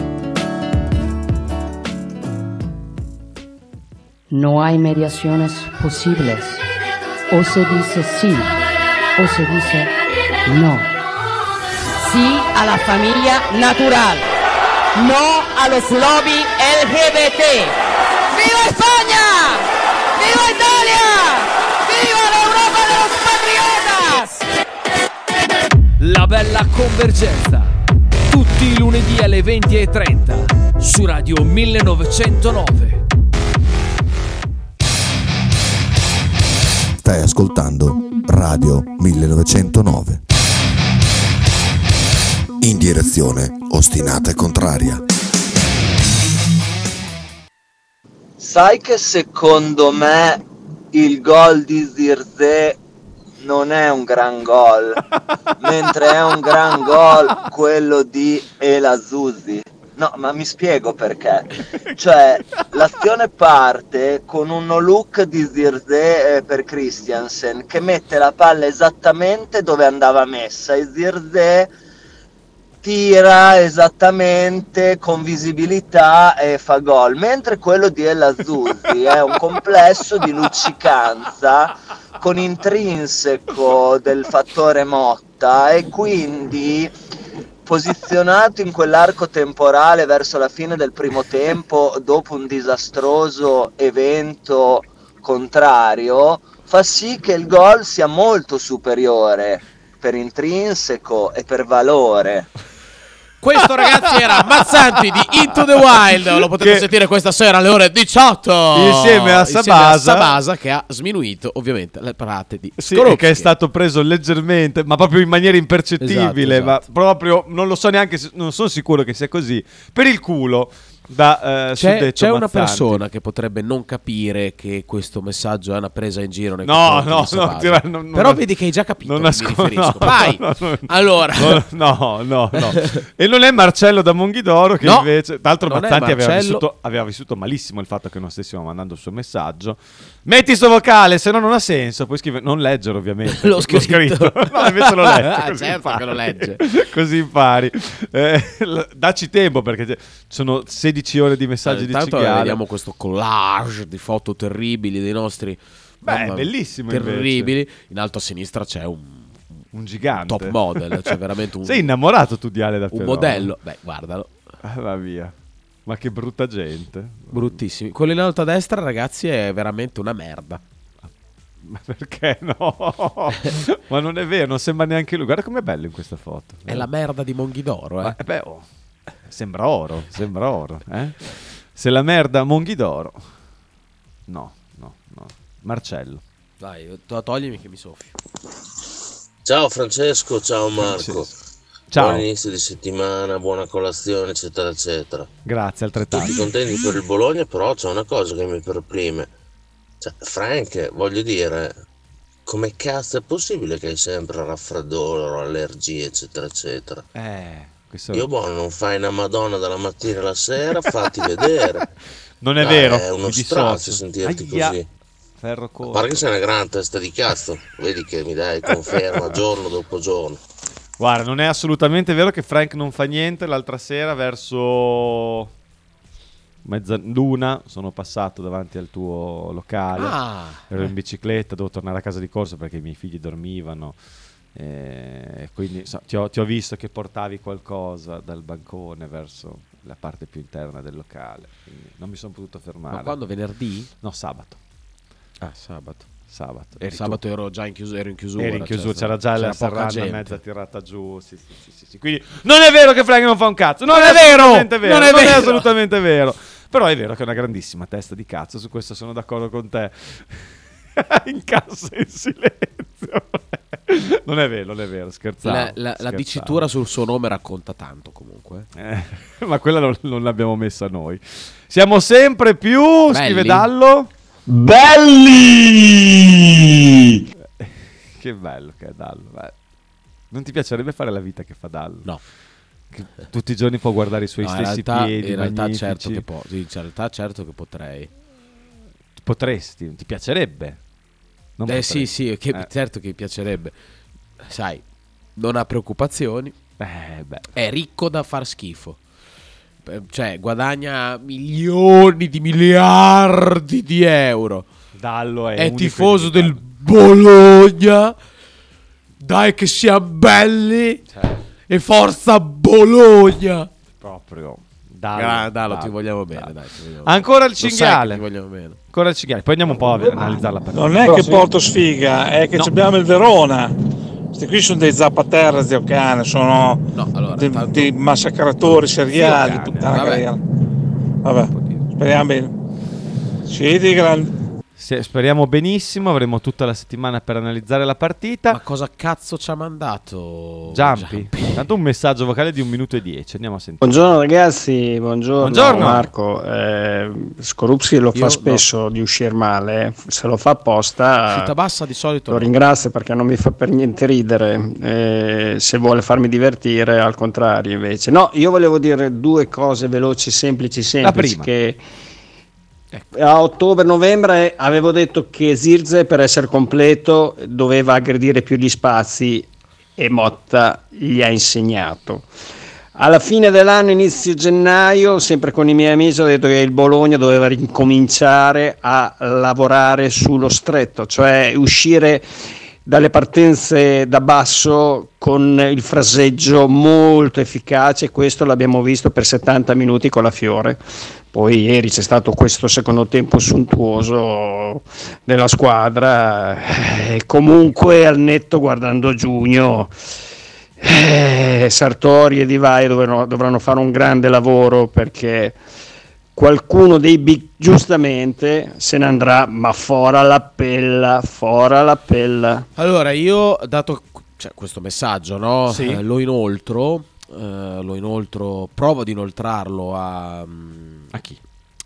No hay mediaciones posibles. O se dice sí, o se dice no. Sí a la familia natural. No a los lobby LGBT. ¡Viva España! ¡Viva Italia! ¡Viva l'Europa de los patriotas! La bella convergenza. Tutti i lunedì alle 20:30 su Radio 1909. Stai ascoltando Radio 1909. In direzione ostinata e contraria. Sai che secondo me il gol di Zirze non è un gran gol, mentre è un gran gol quello di El Azzouzi. No, ma mi spiego perché. Cioè, l'azione parte con un no look di Zirze per Christiansen, che mette la palla esattamente dove andava messa, e Zirze tira esattamente con visibilità e fa gol, mentre quello di El Azzouzi è un complesso di luccicanza con intrinseco del fattore Motta, e quindi posizionato in quell'arco temporale verso la fine del primo tempo, dopo un disastroso evento contrario, fa sì che il gol sia molto superiore per intrinseco e per valore. Questo, ragazzi, era Mazzanti di Into the Wild. Lo potete sentire questa sera alle ore 18 insieme a Sabasa, che ha sminuito ovviamente le parate di Skorupski, che è stato preso leggermente, ma proprio in maniera impercettibile. Esatto. Ma proprio non lo so neanche, non sono sicuro che sia così, per il culo da c'è una Mazzanti. persona che potrebbe non capire che questo messaggio è una presa in giro nei no, però vedi che hai già capito. Vai. Allora no. E non è Marcello da Monghidoro, che invece, tra l'altro, Mazzanti aveva vissuto malissimo il fatto che non stessimo mandando il suo messaggio. Metti sto vocale, se no non ha senso. Puoi scrivere, non leggere ovviamente. L'ho scritto. No, invece l'ho letto. Certo che lo legge. Così impari. Dacci tempo, perché sono 16 ore di messaggi di cinghiale. Vediamo questo collage di foto terribili dei nostri. Beh, è bellissimo. Terribili. Invece. In alto a sinistra c'è un gigante. Top model. C'è veramente un. Sei innamorato tu di Ale da Ferrara? Un modello. Beh, guardalo. Va via. Ma che brutta gente. Bruttissimi. Quello in alto a destra, ragazzi, è veramente una merda. Ma perché no? Ma non è vero, non sembra neanche lui. Guarda com'è bello in questa foto. È la merda di Monghidoro, Sembra oro, Se la merda Monghidoro. No. Marcello. Dai, toglimi che mi soffio. Ciao Francesco, ciao Marco. Ciao. Buon inizio di settimana, buona colazione, eccetera, eccetera. Grazie, altrettanto. Tutti contenti per il Bologna, però c'è una cosa che mi perplime. Cioè, Frank, voglio dire, come cazzo è possibile che hai sempre raffreddore, allergie, eccetera, eccetera? Io non fai una madonna dalla mattina alla sera, fatti vedere. Non è vero. È uno strazio sentirti così. Ferro a parte che sei una gran testa di cazzo, vedi che mi dai conferma giorno dopo giorno. Guarda, non è assolutamente vero che Frank non fa niente. L'altra sera verso mezzaluna sono passato davanti al tuo locale, ero in bicicletta, dovevo tornare a casa di corsa perché i miei figli dormivano, quindi ti ho visto che portavi qualcosa dal bancone verso la parte più interna del locale, quindi non mi sono potuto fermare. Ma quando? Venerdì? No, sabato. Sabato. Sabato ero già in chiusura. Eri in chiusura, c'era già la serranda mezza tirata giù. Sì. Quindi non è vero che Frank non fa un cazzo. Non è assolutamente vero. Però è vero che è una grandissima testa di cazzo. Su questo sono d'accordo con te. Incassa in silenzio. Non è vero, scherzavo. La dicitura sul suo nome racconta tanto comunque. Ma quella non l'abbiamo messa noi. Siamo sempre più, belli. Scrive Dallo. Belli! Che bello che è Dallo. Non ti piacerebbe fare la vita che fa Dallo? No. Che tutti i giorni può guardare i suoi stessi piedi. In realtà certo che certo che potrei. Potresti, ti piacerebbe? Sì, certo che mi piacerebbe. Sai, non ha preoccupazioni. È ricco da far schifo. Cioè, guadagna milioni di miliardi di euro. Dallo è tifoso del Bologna. Dai che siamo belli. E forza Bologna. Proprio. Dallo, ti vogliamo bene. Dai, Ancora il cinghiale. Ti vogliamo bene. Ancora il cinghiale. Poi andiamo un po' a analizzare la partita. Non è che porto sfiga, è che abbiamo il Verona. Questi qui sono dei zappaterra, zio cane, sono dei massacratori seriali. Vabbè, speriamo bene. Sì, di grande. Speriamo benissimo, avremo tutta la settimana per analizzare la partita. Ma cosa cazzo ci ha mandato Giampi? Tanto un messaggio vocale di 1 minuto e 10, andiamo a sentire. Buongiorno ragazzi, buongiorno. Marco. Skorupski lo fa spesso di uscire male, se lo fa apposta. Uscita bassa di solito. Lo ringrazio perché non mi fa per niente ridere, se vuole farmi divertire al contrario invece. No, io volevo dire 2 cose veloci, semplici, la prima. Che a ottobre-novembre avevo detto che Zirze per essere completo doveva aggredire più gli spazi e Motta gli ha insegnato. Alla fine dell'anno, inizio gennaio, sempre con i miei amici, ho detto che il Bologna doveva ricominciare a lavorare sullo stretto, cioè uscire dalle partenze da basso con il fraseggio molto efficace. Questo l'abbiamo visto per 70 minuti con la Fiore. Poi ieri c'è stato questo secondo tempo sontuoso della squadra, comunque al netto, guardando giugno, Sartori e Di Vai dovranno fare un grande lavoro, perché qualcuno dei big giustamente se ne andrà, ma fora l'appella. Allora io, dato questo messaggio, no? Sì. Lo inoltro, provo ad inoltrarlo a chi?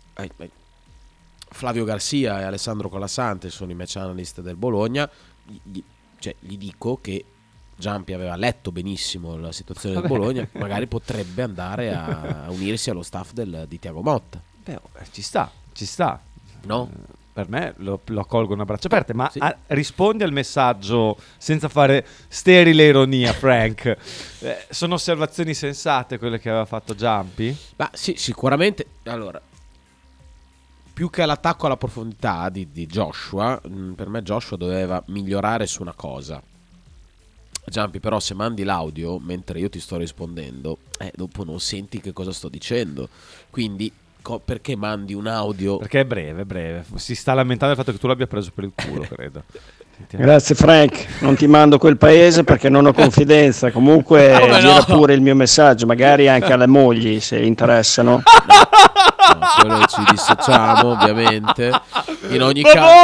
Flavio Garcia e Alessandro Colassante, sono i match analyst del Bologna. Gli dico che Giampi aveva letto benissimo la situazione del Bologna, magari potrebbe andare a unirsi allo staff di Thiago Motta. Ci sta. No? Per me lo accolgono a braccia aperte, ma sì. Rispondi al messaggio senza fare sterile ironia, Frank. Sono osservazioni sensate quelle che aveva fatto Giampi? Ma sì, sicuramente. Allora, più che all'attacco alla profondità di Joshua, per me Joshua doveva migliorare su una cosa. Giampi, però, se mandi l'audio mentre io ti sto rispondendo, dopo non senti che cosa sto dicendo. Quindi perché mandi un audio? Perché è breve. Si sta lamentando del fatto che tu l'abbia preso per il culo, credo. Grazie Frank, non ti mando quel paese perché non ho confidenza. Comunque gira pure il mio messaggio, magari anche alle mogli se interessano. No, quello ci dissociamo ovviamente. In ogni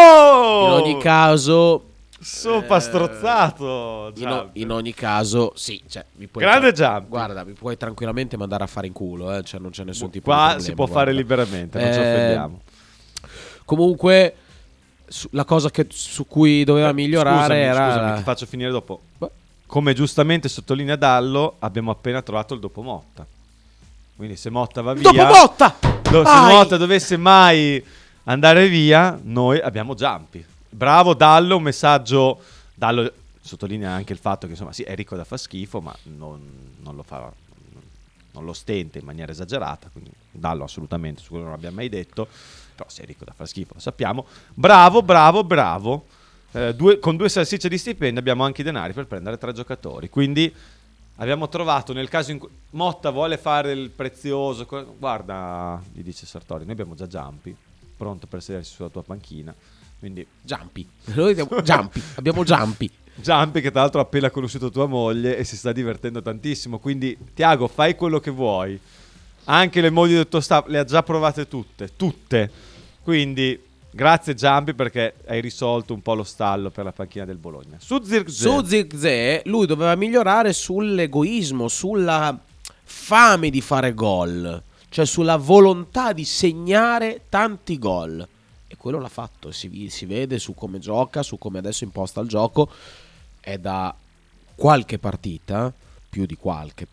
caso Sopra strozzato. In ogni caso, sì, mi puoi grande Giampi. Guarda, mi puoi tranquillamente mandare a fare in culo, cioè non c'è nessun tipo di problema. Qua si può fare liberamente, non ci offendiamo. Comunque, la cosa su cui doveva migliorare Scusami, ti faccio finire dopo. Come giustamente sottolinea Dallo, abbiamo appena trovato il dopo Motta. Quindi se Motta va via, dopo Motta! Se Motta dovesse mai andare via, noi abbiamo Giampi. Bravo Dallo, un messaggio. Dallo sottolinea anche il fatto che insomma sì, è ricco da fa schifo, ma non lo fa, non lo stenta in maniera esagerata, quindi Dallo assolutamente, su quello non l'abbiamo mai detto, però se è ricco da fa schifo lo sappiamo. Bravo. Con 2 salsicce di stipendio abbiamo anche i denari per prendere 3 giocatori, quindi abbiamo trovato, nel caso in cui Motta vuole fare il prezioso, guarda, gli dice Sartori, noi abbiamo già Giampi pronto per sedersi sulla tua panchina. Quindi Giampi. Abbiamo Giampi. Giampi che tra l'altro ha appena conosciuto tua moglie e si sta divertendo tantissimo. Quindi Tiago, fai quello che vuoi. Anche le mogli del tuo staff le ha già provate tutte. Quindi Grazie Giampi, perché hai risolto un po' lo stallo per la panchina del Bologna. Su Zirkzee lui doveva migliorare sull'egoismo, sulla fame di fare gol, cioè sulla volontà di segnare tanti gol, e quello l'ha fatto. Si vede su come gioca, su come adesso imposta il gioco. È da qualche partita, più di qualche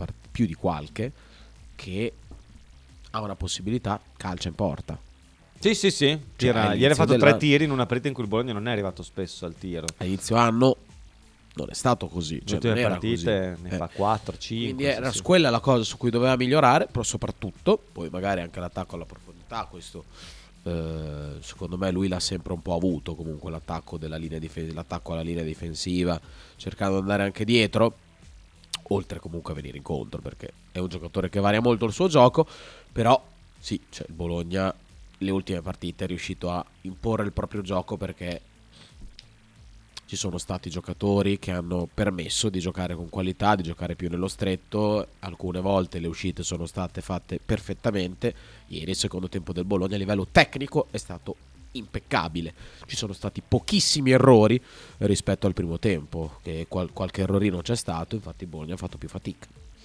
che ha una possibilità, calcia in porta. Sì. Ieri ha fatto 3 tiri in una partita in cui il Bologna non è arrivato spesso al tiro. A inizio anno non è stato così. Le ultime partite ne fa 4, 5. Quindi era quella la cosa su cui doveva migliorare, però soprattutto, poi magari anche l'attacco alla profondità, questo secondo me lui l'ha sempre un po' avuto, comunque l'attacco alla linea difensiva, cercando di andare anche dietro, oltre comunque a venire incontro, perché è un giocatore che varia molto il suo gioco. Però sì, cioè il Bologna le ultime partite è riuscito a imporre il proprio gioco, perché ci sono stati giocatori che hanno permesso di giocare con qualità, di giocare più nello stretto. Alcune volte le uscite sono state fatte perfettamente. Ieri il secondo tempo del Bologna a livello tecnico è stato impeccabile. Ci sono stati pochissimi errori rispetto al primo tempo, che qualche errorino c'è stato, infatti il Bologna ha fatto più fatica.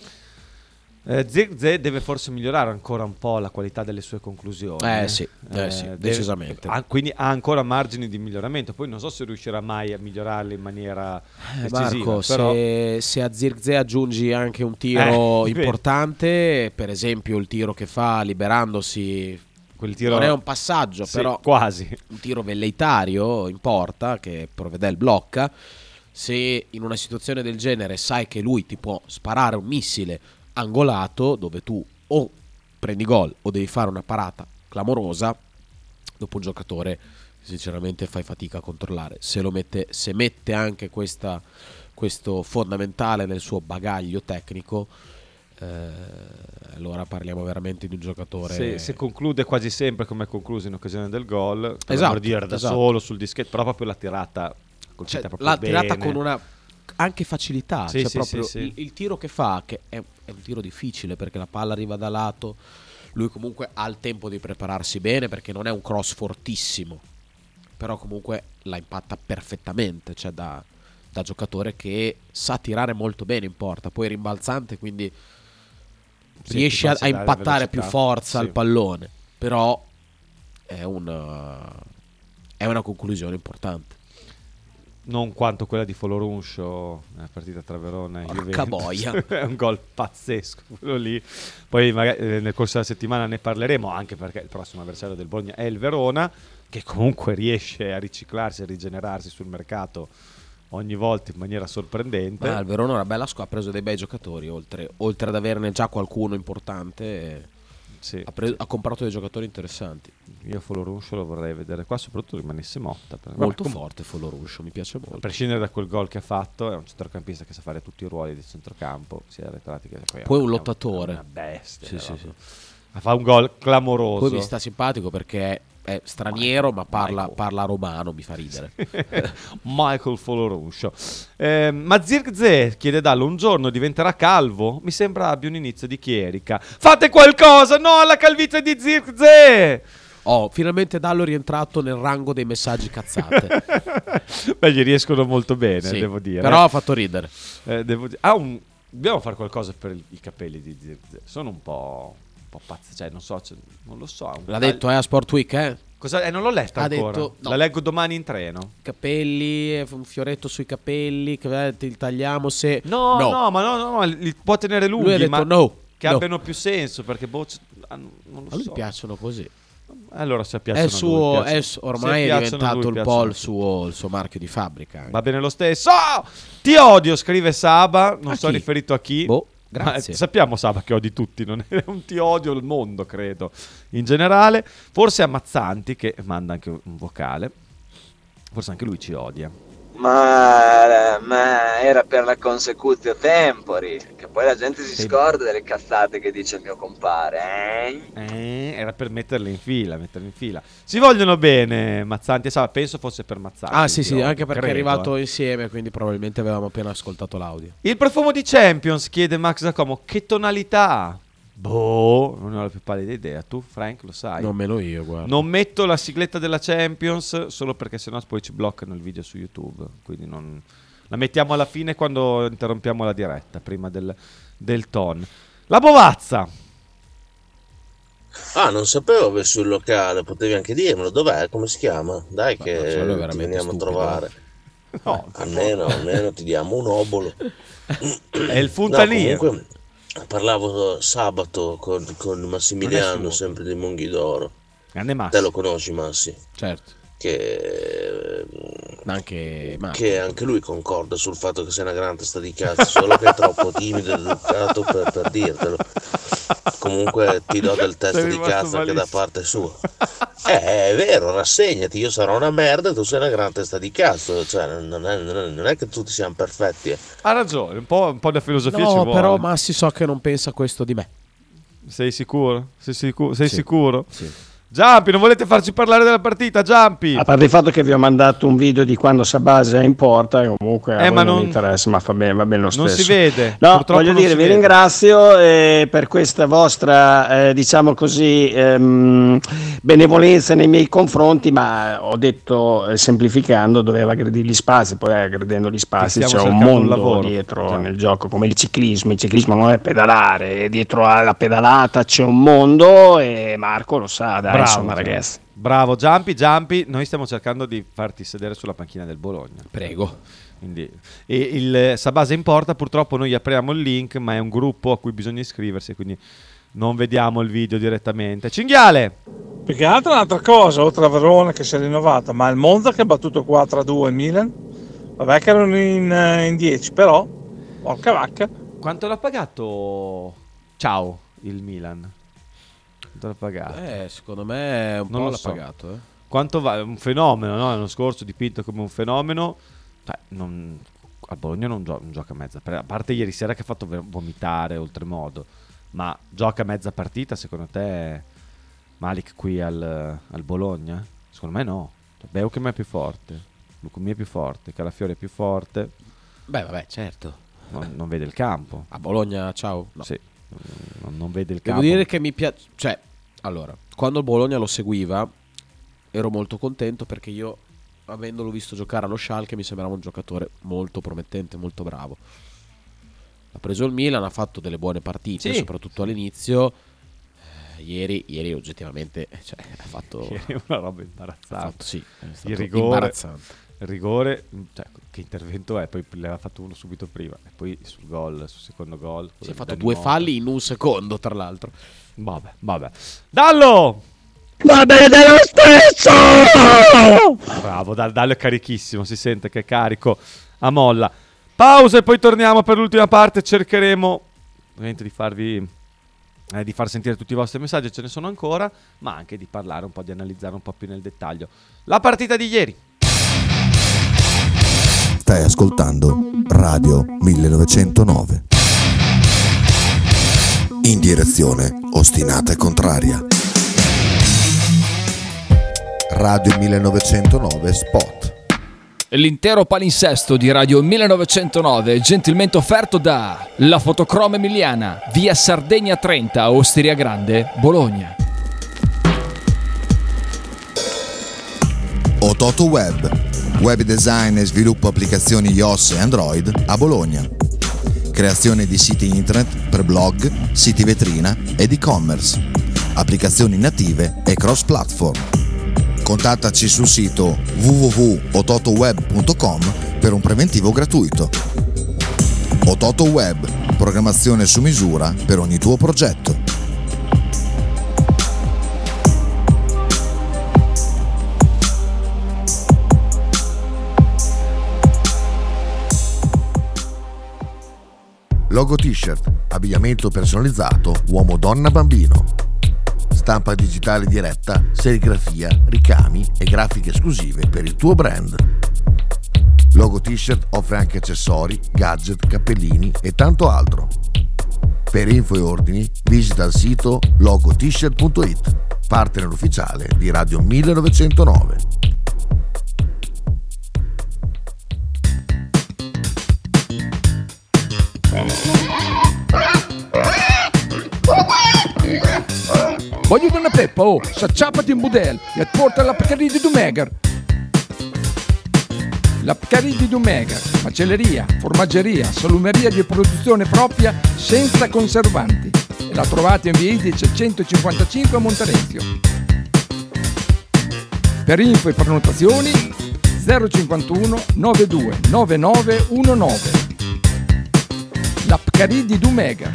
Zirkzee deve forse migliorare ancora un po' la qualità delle sue conclusioni. Sì, decisamente. Quindi ha ancora margini di miglioramento. Poi non so se riuscirà mai a migliorarle in maniera decisiva. Marco, però... se a Zirkzee aggiungi anche un tiro importante, per esempio il tiro che fa liberandosi, quel tiro non è un passaggio, però quasi un tiro velleitario in porta che Provedel blocca. Se in una situazione del genere sai che lui ti può sparare un missile angolato, dove tu o prendi gol o devi fare una parata clamorosa, dopo un giocatore sinceramente fai fatica a controllare. Se mette anche questo fondamentale nel suo bagaglio tecnico, allora parliamo veramente di un giocatore. Se conclude quasi sempre come ha concluso in occasione del gol, per dire da solo sul dischetto, però proprio la tirata, tirata con una anche facilità, il tiro che fa, che è un tiro difficile perché la palla arriva da lato, lui comunque ha il tempo di prepararsi bene, perché non è un cross fortissimo, però comunque la impatta perfettamente, cioè da giocatore che sa tirare molto bene in porta, poi è rimbalzante, quindi riesce a impattare più forza al pallone, però è una conclusione importante. Non quanto quella di Foloruncio nella partita tra Verona e Juventus. Boia. È un gol pazzesco quello lì. Poi magari nel corso della settimana ne parleremo, anche perché il prossimo avversario del Bologna è il Verona, che comunque riesce a riciclarsi, a rigenerarsi sul mercato ogni volta in maniera sorprendente. Il Verona è una bella squadra, ha preso dei bei giocatori, oltre ad averne già qualcuno importante. Ha comprato dei giocatori interessanti. Io Foloruncio lo vorrei vedere qua, soprattutto rimanesse Motta. Molto forte Foloruncio, mi piace molto. A prescindere da quel gol che ha fatto, è un centrocampista che sa fare tutti i ruoli di centrocampo, sia arretrati che poi un lottatore. È una bestia. Sì. Fa un gol clamoroso. Poi mi sta simpatico perché è straniero, ma parla romano, mi fa ridere. Michael Foloruncio. Ma Zirkzee, chiede Dallo, un giorno diventerà calvo? Mi sembra abbia un inizio di chierica. Fate qualcosa, no alla calvizie di Zirkzee! Finalmente Dallo è rientrato nel rango dei messaggi cazzate. Beh, gli riescono molto bene, devo dire. Però ha fatto ridere. Dobbiamo fare qualcosa per i capelli di Zirkzee. Sono un po' pazzi, cioè non lo so. L'ha detto a Sport Week, Cosa? Non l'ho letta ancora. Detto, no. La leggo domani in treno. Capelli, un fioretto sui capelli, che ti tagliamo se... No, li può tenere lui ha detto che abbiano più senso, perché non lo so. A lui piacciono così. Allora se piacciono ormai è diventato un po' il suo marchio di fabbrica. Va bene lo stesso. Ti odio, scrive Saba. Non so riferito a chi. Grazie. Sappiamo, Saba, che odi tutti, non è un ti odio il mondo, credo, in generale. Forse Ammazzanti, che manda anche un vocale, forse anche lui ci odia. Ma era per la consecutio tempori, che poi la gente si scorda delle cazzate che dice il mio compare. Era per metterle in fila. Si vogliono bene Mazzanti e Saba, penso fosse per Mazzanti. Sì, anche perché è arrivato insieme, quindi probabilmente avevamo appena ascoltato l'audio. Il profumo di Champions, chiede Max Giacomo, che tonalità? Non ho la più pallida idea. Tu, Frank, lo sai? Non me lo io, guarda. Non metto la sigletta della Champions solo perché sennò poi ci bloccano il video su YouTube. Quindi la mettiamo alla fine quando interrompiamo la diretta, prima del ton. La Bovazza. Non sapevo avessi un locale, potevi anche dirmelo. Dov'è? Come si chiama? Dai, che ti veniamo a trovare. No, almeno ti diamo un obolo. È il Funtanile. No, comunque parlavo sabato con Massimiliano, sempre di Monghidoro. Te lo conosci, Massi? Certo. Che anche lui concorda sul fatto che sei una gran testa di cazzo, solo che è troppo timido ed educato per dirtelo. Comunque ti do del testa di cazzo anche da parte sua. È vero, rassegnati, io sarò una merda e tu sei una gran testa di cazzo. Cioè, non è che tutti siamo perfetti. Ha ragione, un po' da filosofia no, ci vuole. Però Massi so che non pensa questo di me. Sei sicuro? Sei sicuro? Sì. Giampi, non volete farci parlare della partita, Giampi? A parte il fatto che vi ho mandato un video di quando Sabasa è in porta, comunque a voi non mi interessa, ma va bene lo stesso. Non si vede. No, voglio dire, vi ringrazio per questa vostra, diciamo così, benevolenza nei miei confronti, ma ho detto, semplificando, doveva aggredire gli spazi, poi aggredendo gli spazi c'è un mondo dietro nel gioco, come il ciclismo non è pedalare, dietro alla pedalata c'è un mondo e Marco lo sa, dai. Insomma, ragazzi. Bravo Giampi, noi stiamo cercando di farti sedere sulla panchina del Bologna. Prego. Quindi, e il Sabasa in porta, purtroppo noi apriamo il link, ma è un gruppo a cui bisogna iscriversi, quindi non vediamo il video direttamente. Cinghiale! Più che altro un'altra cosa, oltre a Verona che si è rinnovata, ma il Monza che ha battuto 4-2 il Milan, vabbè che erano in 10, però, porca vacca. Quanto l'ha pagato il Milan? L'ha pagato? Secondo me un po' l'ha pagato. Quanto va? Un fenomeno, no? L'anno scorso dipinto come un fenomeno. A Bologna non gioca mezza. A parte ieri sera che ha fatto vomitare oltremodo, ma gioca mezza partita secondo te Malik qui al Bologna? Secondo me no. Beukem è più forte, Lucumi è più forte, Calafiori è più forte. Beh vabbè, certo. Non vede il campo. A Bologna no. Sì. Non vede il campo. Devo dire che mi piace, cioè, allora, quando il Bologna lo seguiva ero molto contento perché io, avendolo visto giocare allo Schalke, mi sembrava un giocatore molto promettente, molto bravo. Ha preso il Milan, ha fatto delle buone partite, soprattutto all'inizio. Ieri oggettivamente, cioè, ha fatto una roba imbarazzante. Il rigore, cioè, che intervento è? Poi ne aveva fatto uno subito prima e poi sul secondo gol si è fatto 2 falli in un secondo, tra l'altro. Vabbè. Dallo! Va bene lo stesso! Bravo, Dallo è carichissimo, si sente che è carico a molla. Pausa e poi torniamo per l'ultima parte. Cercheremo ovviamente di far sentire tutti i vostri messaggi, ce ne sono ancora, ma anche di parlare un po', di analizzare un po' più nel dettaglio la partita di ieri. Stai ascoltando Radio 1909. In direzione ostinata e contraria. Radio 1909 Spot. L'intero palinsesto di Radio 1909 gentilmente offerto da La Fotocroma Emiliana, via Sardegna 30, Osteria Grande, Bologna. Ototo Web design e sviluppo applicazioni iOS e Android a Bologna. Creazione di siti internet per blog, siti vetrina ed e-commerce. Applicazioni native e cross-platform. Contattaci sul sito www.ototoweb.com per un preventivo gratuito. Ototo Web, programmazione su misura per ogni tuo progetto. Logo t-shirt, abbigliamento personalizzato, uomo, donna, bambino. Stampa digitale diretta, serigrafia, ricami e grafiche esclusive per il tuo brand. Logo t-shirt offre anche accessori, gadget, cappellini e tanto altro. Per info e ordini visita il sito logotshirt.it, partner ufficiale di Radio 1909. Voglio una peppa, s'acciappati in budel e porta la Pcaridi di Dumegar. La Pcaridi di Dumegar, macelleria, formaggeria, salumeria di produzione propria senza conservanti. E la trovate in via Idice 155 a Monterezio. Per info e prenotazioni 051 92 9919. La Pcaridi di Dumegar.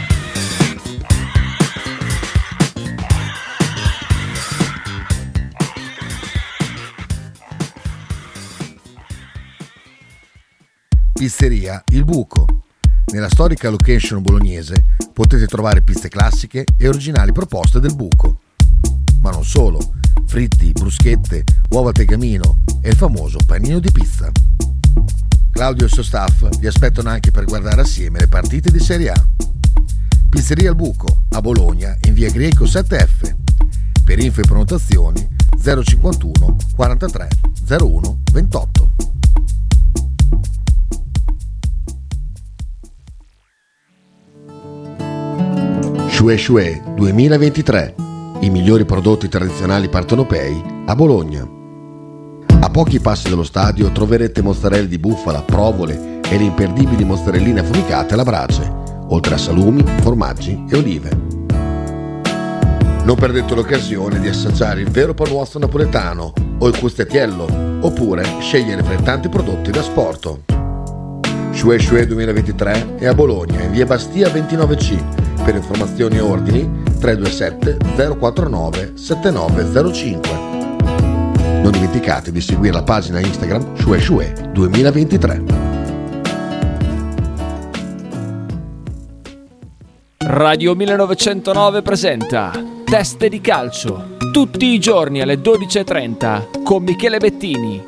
Pizzeria Il Buco. Nella storica location bolognese potete trovare pizze classiche e originali proposte del Buco. Ma non solo, fritti, bruschette, uova al tegamino e il famoso panino di pizza. Claudio e il suo staff vi aspettano anche per guardare assieme le partite di Serie A. Pizzeria Il Buco, a Bologna, in via Greco 7F. Per info e prenotazioni 051 43 01 28. Shue Shue 2023. I migliori prodotti tradizionali partenopei a Bologna. A pochi passi dallo stadio troverete mozzarella di bufala, provole e le imperdibili mozzarelline affumicate alla brace, oltre a salumi, formaggi e olive. Non perdete l'occasione di assaggiare il vero panuozzo napoletano o il custettiello, oppure scegliere fra i tanti prodotti da sporto. Shue Shue 2023 è a Bologna, in via Bastia 29C. Per informazioni e ordini 327 049 7905. Non dimenticate di seguire la pagina Instagram Shue Shue 2023. Radio 1909 presenta Teste di calcio, tutti i giorni alle 12:30 con Michele Bettini.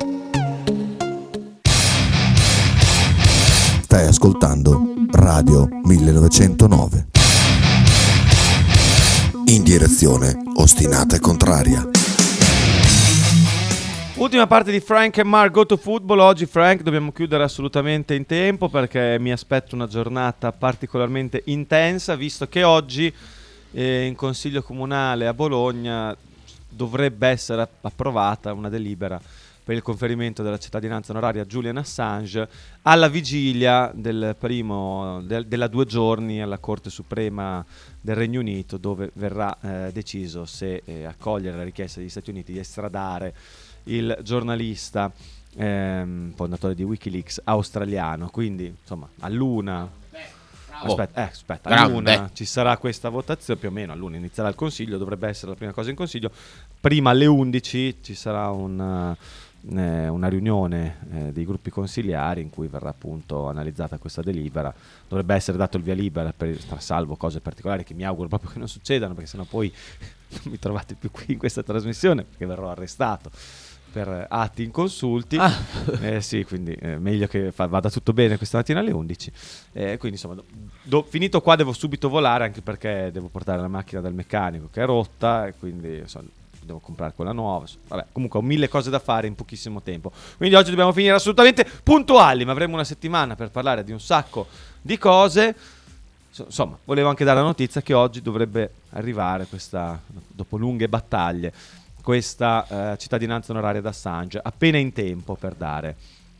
Stai ascoltando Radio 1909. In direzione ostinata e contraria. Ultima parte di Frank e Mark Go to Football. Oggi, Frank, dobbiamo chiudere assolutamente in tempo perché mi aspetto una giornata particolarmente intensa, visto che oggi in Consiglio Comunale a Bologna dovrebbe essere approvata una delibera per il conferimento della cittadinanza onoraria a Julian Assange alla vigilia del della 2 giorni alla Corte Suprema del Regno Unito, dove verrà deciso se accogliere la richiesta degli Stati Uniti di estradare il giornalista fondatore di Wikileaks australiano. Quindi insomma all'una all'una ci sarà questa votazione, più o meno all'una inizierà il Consiglio, dovrebbe essere la prima cosa in Consiglio. Prima alle 11 ci sarà una riunione dei gruppi consigliari in cui verrà appunto analizzata questa delibera. Dovrebbe essere dato il via libera, salvo cose particolari che mi auguro proprio che non succedano, perché sennò poi non mi trovate più qui in questa trasmissione, perché verrò arrestato per atti inconsulti. Sì, quindi meglio che vada tutto bene questa mattina alle 11. Quindi insomma, finito qua devo subito volare, anche perché devo portare la macchina dal meccanico che è rotta, e quindi insomma, devo comprare quella nuova. Vabbè, comunque ho 1000 cose da fare in pochissimo tempo, quindi oggi dobbiamo finire assolutamente puntuali, ma avremo una settimana per parlare di un sacco di cose. Insomma, volevo anche dare la notizia che oggi dovrebbe arrivare questa, dopo lunghe battaglie, questa cittadinanza onoraria ad Assange, appena in tempo per dare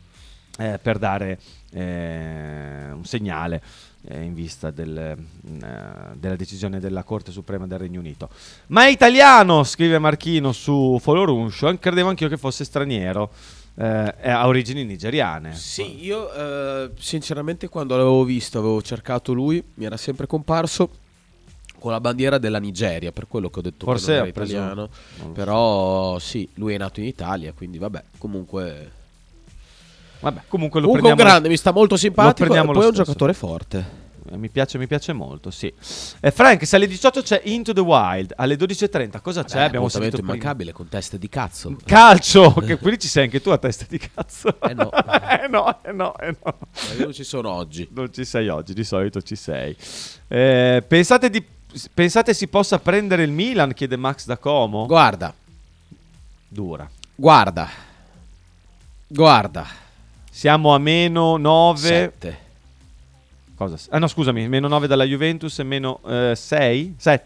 un segnale in vista della decisione della Corte Suprema del Regno Unito. Ma è italiano, scrive Marchino su Follow, credevo anch'io che fosse straniero, ha origini nigeriane. Sì, io sinceramente quando l'avevo visto, avevo cercato lui, mi era sempre comparso con la bandiera della Nigeria, per quello che ho detto forse che non era italiano, però sì, lui è nato in Italia, quindi vabbè, comunque lo prendiamo. Un grande, mi sta molto simpatico, e poi è un giocatore forte. Mi piace molto, sì. Frank, se alle 18 c'è Into the Wild, alle 12:30 cosa c'è? Abbiamo sentito immancabile con teste di cazzo. Calcio, che quindi ci sei anche tu a testa di cazzo. No. no. Io non ci sono oggi. Non ci sei oggi, di solito ci sei. Pensate si possa prendere il Milan? Chiede Max da Como. Guarda. Siamo a meno 9. 7. Cosa? No, scusami, meno 9 dalla Juventus e meno 6? 7?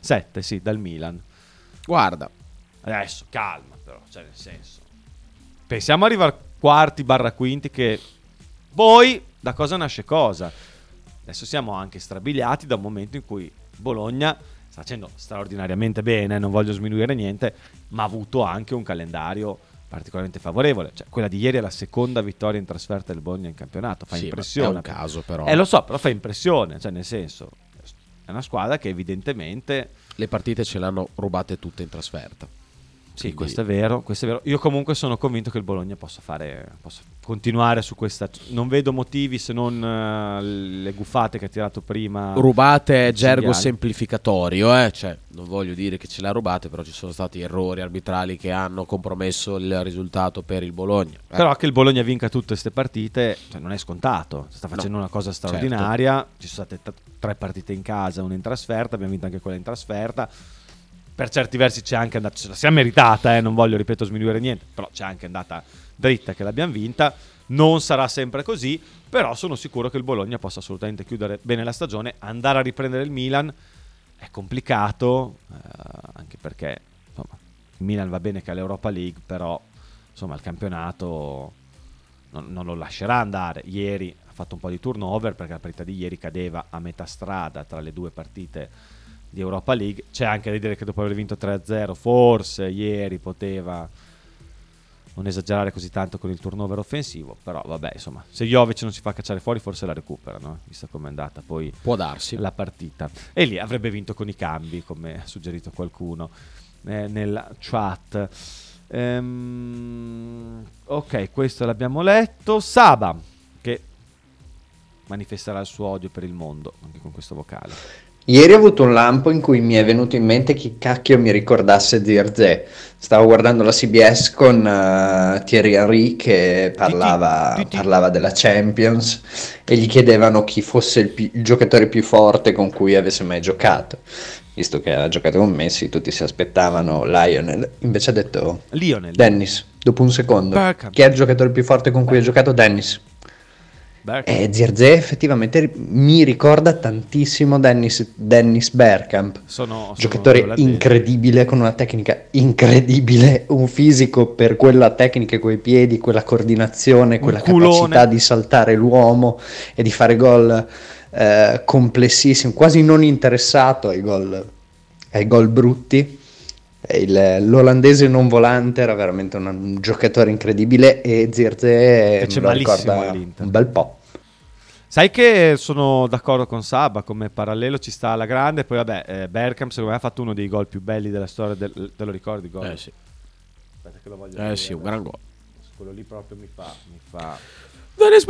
7, sì, dal Milan. Guarda, adesso calma però, cioè nel senso, pensiamo ad arrivare quarti/quinti, che poi da cosa nasce cosa. Adesso siamo anche strabiliati da un momento in cui Bologna sta facendo straordinariamente bene, non voglio sminuire niente, ma ha avuto anche un calendario particolarmente favorevole. Cioè, quella di ieri è la seconda vittoria in trasferta del Bologna in campionato, fa impressione. È un caso però. Lo so, però fa impressione, cioè nel senso, è una squadra che evidentemente le partite ce l'hanno rubate tutte in trasferta. Sì, questo è vero. Io comunque sono convinto che il Bologna possa continuare su questa. Non vedo motivi se non le guffate che ha tirato prima. Rubate è gergo semplificatorio, cioè non voglio dire che ce l'ha rubate, però ci sono stati errori arbitrali che hanno compromesso il risultato per il Bologna. Però che il Bologna vinca tutte queste partite, cioè, non è scontato. Sta facendo una cosa straordinaria. Certo. Ci sono state 3 partite in casa, una in trasferta, abbiamo vinto anche quella in trasferta. Per certi versi c'è anche andata, ce la siamo meritata, non voglio, ripeto, sminuire niente, però c'è anche andata dritta che l'abbiamo vinta. Non sarà sempre così, però sono sicuro che il Bologna possa assolutamente chiudere bene la stagione. Andare a riprendere il Milan è complicato, anche perché insomma, il Milan va bene che ha l'Europa League, però insomma il campionato non lo lascerà andare. Ieri ha fatto un po' di turnover perché la partita di ieri cadeva a metà strada tra le 2 partite di Europa League. C'è anche da dire che dopo aver vinto 3-0 forse ieri poteva non esagerare così tanto con il turnover offensivo, però vabbè, insomma, se Jovic non si fa cacciare fuori forse la recupera, no? Visto com'è andata poi può darsi la partita, e lì avrebbe vinto con i cambi, come ha suggerito qualcuno nella chat. Ok, questo l'abbiamo letto. Saba che manifesterà il suo odio per il mondo anche con questo vocale. Ieri ho avuto un lampo in cui mi è venuto in mente chi cacchio mi ricordasse Zirze. Stavo guardando la CBS con Thierry Henry che parlava della Champions e gli chiedevano chi fosse il giocatore più forte con cui avesse mai giocato. Visto che ha giocato con Messi, tutti si aspettavano Lionel. Invece ha detto Lionel. Dennis, dopo un secondo. Bergkamp. Chi è il giocatore più forte con cui ha giocato? Dennis. Zirze effettivamente mi ricorda tantissimo Dennis Bergkamp, giocatore incredibile, con una tecnica incredibile, un fisico per quella tecnica, quei piedi, quella coordinazione, quella capacità di saltare l'uomo e di fare gol complessissimo, quasi non interessato ai gol brutti. L'olandese non volante era veramente un giocatore incredibile, e Zirze me lo ricorda un bel po'. Sai che sono d'accordo con Saba, come parallelo ci sta alla grande. Poi vabbè, Bergkamp secondo me ha fatto uno dei gol più belli della storia te lo ricordi? Gol? Sì. Aspetta che lo voglio vedere. Sì, un gran gol. Quello lì proprio mi fa Dennis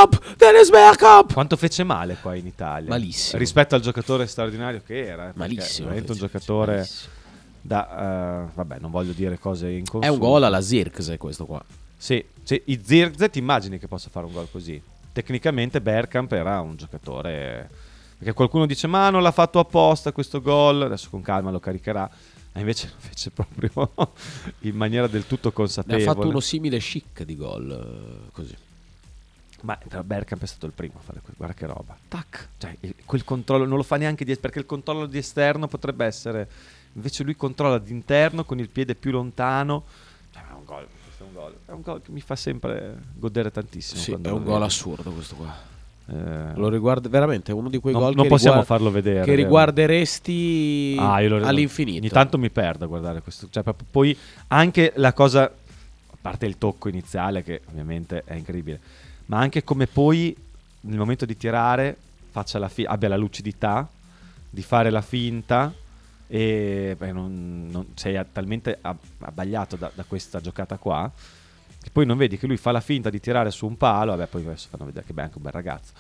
Bergkamp! Quanto fece male qua in Italia. Malissimo. Rispetto al giocatore straordinario che era. Malissimo. Veramente un giocatore malissimo. Vabbè, non voglio dire cose inconsone. È un gol alla Zirkzee questo qua. Sì, i Zirkzee ti immagini che possa fare un gol così? Tecnicamente Bergkamp era un giocatore, perché qualcuno dice ma non l'ha fatto apposta questo gol, adesso con calma lo caricherà, ma invece lo fece proprio in maniera del tutto consapevole. Ne ha fatto uno simile chic di gol così. Ma Bergkamp è stato il primo a fare guarda che roba, tac, cioè quel controllo non lo fa neanche perché il controllo di esterno potrebbe essere, invece lui controlla d'interno con il piede più lontano, cioè è un gol. È un gol che mi fa sempre godere tantissimo. Sì, è un gol assurdo questo qua. Lo riguarda veramente, è uno di quei gol non che possiamo farlo vedere. Che riguarderesti all'infinito. Ogni tanto mi perdo a guardare questo. Cioè, poi anche la cosa, a parte il tocco iniziale che ovviamente è incredibile, ma anche come poi nel momento di tirare abbia la lucidità di fare la finta. E non sei talmente abbagliato da questa giocata qua che poi non vedi che lui fa la finta di tirare su un palo. Vabbè, poi adesso fanno vedere che è anche un bel ragazzo,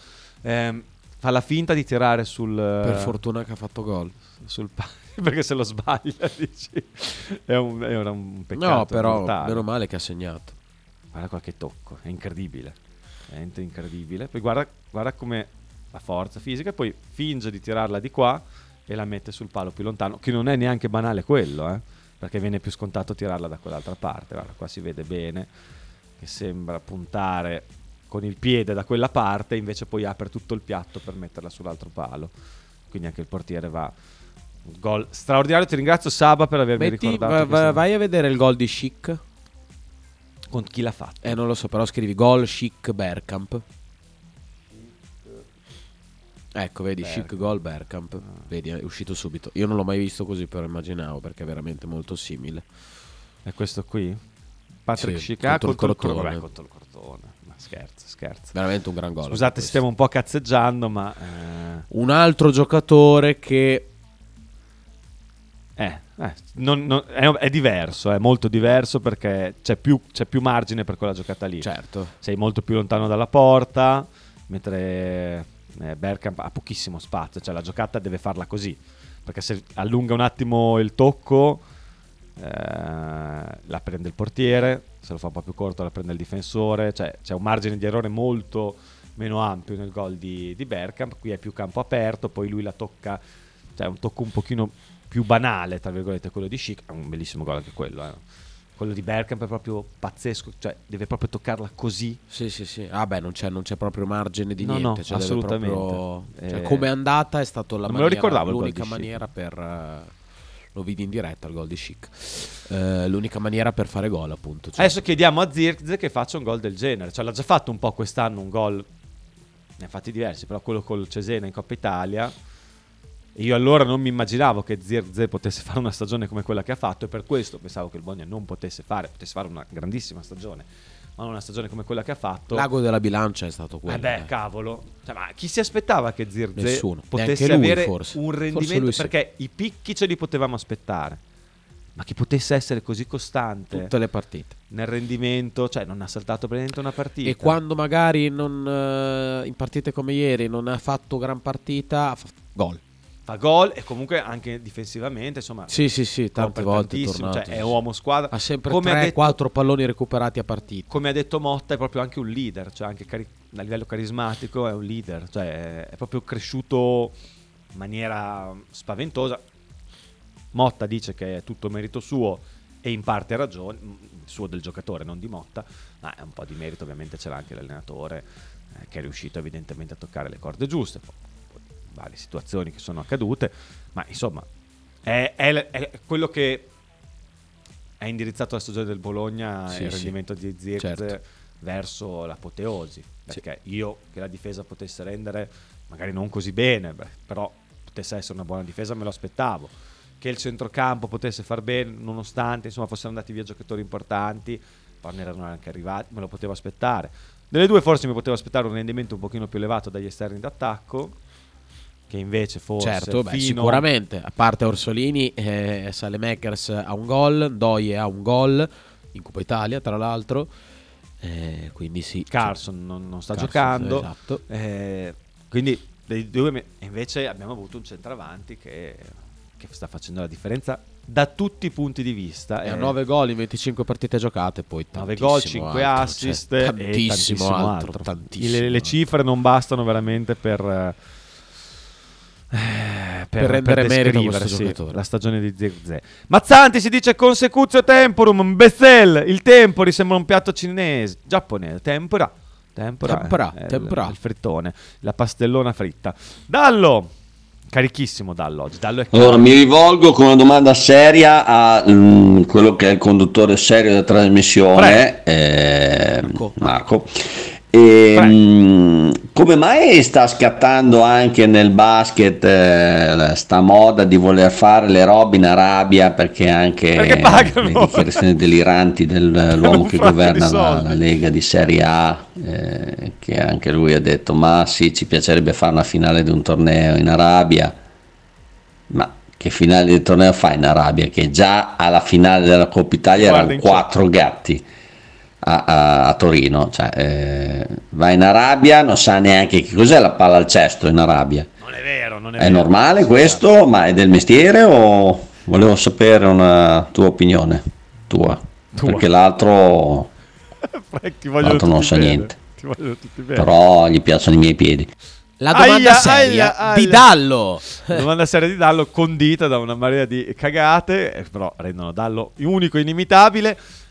fa la finta di tirare sul, per fortuna che ha fatto gol sul palo, perché se lo sbaglia dici era un peccato. No, però mortale. Meno male che ha segnato. Guarda qualche tocco, è incredibile, veramente incredibile. Poi guarda come la forza fisica, poi finge di tirarla di qua e la mette sul palo più lontano, che non è neanche banale quello, perché viene più scontato tirarla da quell'altra parte. Guarda, qua si vede bene che sembra puntare con il piede da quella parte, invece poi apre tutto il piatto per metterla sull'altro palo, quindi anche il portiere va Gol straordinario, ti ringrazio Saba per avermi ricordato. Vai a vedere il gol di Schick. Con chi l'ha fatto? Non lo so, però scrivi gol Schick Bergkamp. Ecco, vedi, Schick gol Bergkamp. Vedi, è uscito subito. Io non l'ho mai visto così, però immaginavo, perché è veramente molto simile. È questo qui? Patrick Schick contro il Crotone. Contro il Crotone. Ma scherzo. Veramente un gran gol. Scusate, stiamo un po' cazzeggiando, ma un altro giocatore che è diverso, è molto diverso, perché c'è più margine per quella giocata lì. Certo. Sei molto più lontano dalla porta, mentre Bergkamp ha pochissimo spazio, cioè la giocata deve farla così, perché se allunga un attimo il tocco la prende il portiere, se lo fa un po' più corto la prende il difensore, cioè c'è un margine di errore molto meno ampio nel gol di Bergkamp. Qui è più campo aperto, poi lui la tocca, cioè un tocco un pochino più banale, tra virgolette. Quello di Schick è un bellissimo gol anche quello, Quello di Bergkamp è proprio pazzesco, cioè deve proprio toccarla così. Sì. Non c'è proprio margine di niente. No, cioè assolutamente. Cioè, come è andata è stata l'unica maniera per... Lo vidi in diretta il gol di Schick. L'unica maniera per fare gol, appunto. Cioè. Adesso chiediamo a Zirkzee che faccia un gol del genere. Cioè l'ha già fatto un po' quest'anno un gol, ne ha fatti diversi, però quello col Cesena in Coppa Italia. Io allora non mi immaginavo che Zirkzee potesse fare una stagione come quella che ha fatto, e per questo pensavo che il Bologna non potesse fare una grandissima stagione, ma non una stagione come quella che ha fatto. L'ago della bilancia è stato quello. Cavolo. Cioè, ma chi si aspettava che Zirkzee potesse lui, avere forse. Un rendimento? Perché i picchi ce li potevamo aspettare, ma che potesse essere così costante tutte le partite nel rendimento, cioè non ha saltato praticamente una partita. E quando magari in partite come ieri non ha fatto gran partita, fa gol, e comunque anche difensivamente, insomma. Sì, tante volte è tornato, cioè è uomo squadra. Ha sempre 3-4 palloni recuperati a partita. Come ha detto Motta, è proprio anche un leader, cioè anche a livello carismatico è un leader, cioè è proprio cresciuto in maniera spaventosa. Motta dice che è tutto merito suo, e in parte ha ragione, suo del giocatore, non di Motta, ma è un po' di merito ovviamente ce l'ha anche l'allenatore, che è riuscito evidentemente a toccare le corde giuste. Varie situazioni che sono accadute, ma insomma è quello che è indirizzato alla stagione del Bologna, il rendimento di Zirkzee verso l'apoteosi, perché io che la difesa potesse rendere magari non così bene, però potesse essere una buona difesa me lo aspettavo, che il centrocampo potesse far bene nonostante insomma fossero andati via giocatori importanti, poi ne erano anche arrivati, me lo potevo aspettare. Delle due forse mi potevo aspettare un rendimento un pochino più elevato dagli esterni d'attacco, che invece forse sicuramente, a parte Orsolini, Saelemaekers ha un gol, Ndoye ha un gol in Coppa Italia tra l'altro, quindi Carlson non sta giocando, esatto. Quindi dei due invece abbiamo avuto un centravanti che sta facendo la differenza da tutti i punti di vista, e ha 9 gol in 25 partite giocate, poi 9 gol, 5 assist, cioè, tantissimo altro. Le cifre non bastano veramente per rendere merito a questo giocatore. La stagione di Zirkzee. Mazzanti si dice consecutio temporum, Bessel, il tempori sembra un piatto cinese, giapponese, tempura, il frittone, la pastellona fritta. Dallo, carichissimo Dallo oggi. Allora mi rivolgo con una domanda seria a quello che è il conduttore serio della trasmissione, Marco. Come mai sta scattando anche nel basket sta moda di voler fare le robe in Arabia, perché le dichiarazioni deliranti dell'uomo che governa la Lega di Serie A, che anche lui ha detto ma sì, ci piacerebbe fare una finale di un torneo in Arabia, ma che finale di torneo fa in Arabia, che già alla finale della Coppa Italia erano 4 gatti a Torino, cioè va in Arabia, non sa neanche che cos'è la palla al cesto in Arabia. Non è vero, è normale questo, ma è del mestiere, o volevo sapere una tua opinione perché l'altro non sa niente, però gli piacciono i miei piedi. La domanda seria di Dallo. La domanda seria di Dallo, condita da una marea di cagate, però rendono Dallo unico e inimitabile.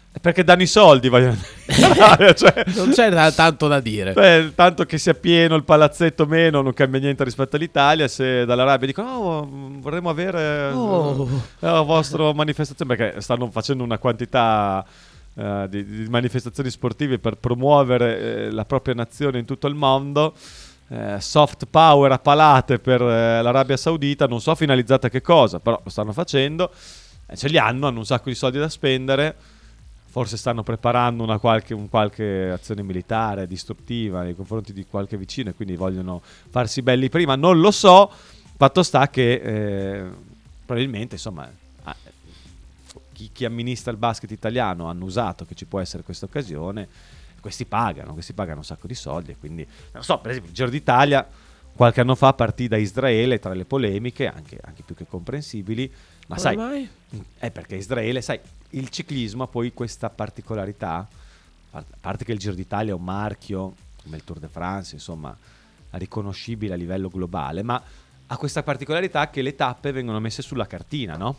Perché danno i soldi, cioè, non c'è tanto da dire. Tanto che sia pieno il palazzetto meno, non cambia niente rispetto all'Italia. Se dall'Arabia dicono vorremmo avere la vostra manifestazione, perché stanno facendo una quantità di manifestazioni sportive per promuovere la propria nazione in tutto il mondo. Soft power a palate per l'Arabia Saudita, non so finalizzata a che cosa, però lo stanno facendo, ce li hanno un sacco di soldi da spendere. Forse stanno preparando un qualche azione militare distruttiva nei confronti di qualche vicino e quindi vogliono farsi belli prima. Non lo so, fatto sta che probabilmente insomma chi amministra il basket italiano hanno usato che ci può essere questa occasione. Questi pagano un sacco di soldi e quindi, non so, per esempio il Giro d'Italia qualche anno fa partì da Israele tra le polemiche, anche più che comprensibili. Ma sai, mai? Perché Israele, sai, il ciclismo ha poi questa particolarità, a parte che il Giro d'Italia è un marchio, come il Tour de France, insomma, riconoscibile a livello globale, ma ha questa particolarità che le tappe vengono messe sulla cartina, no?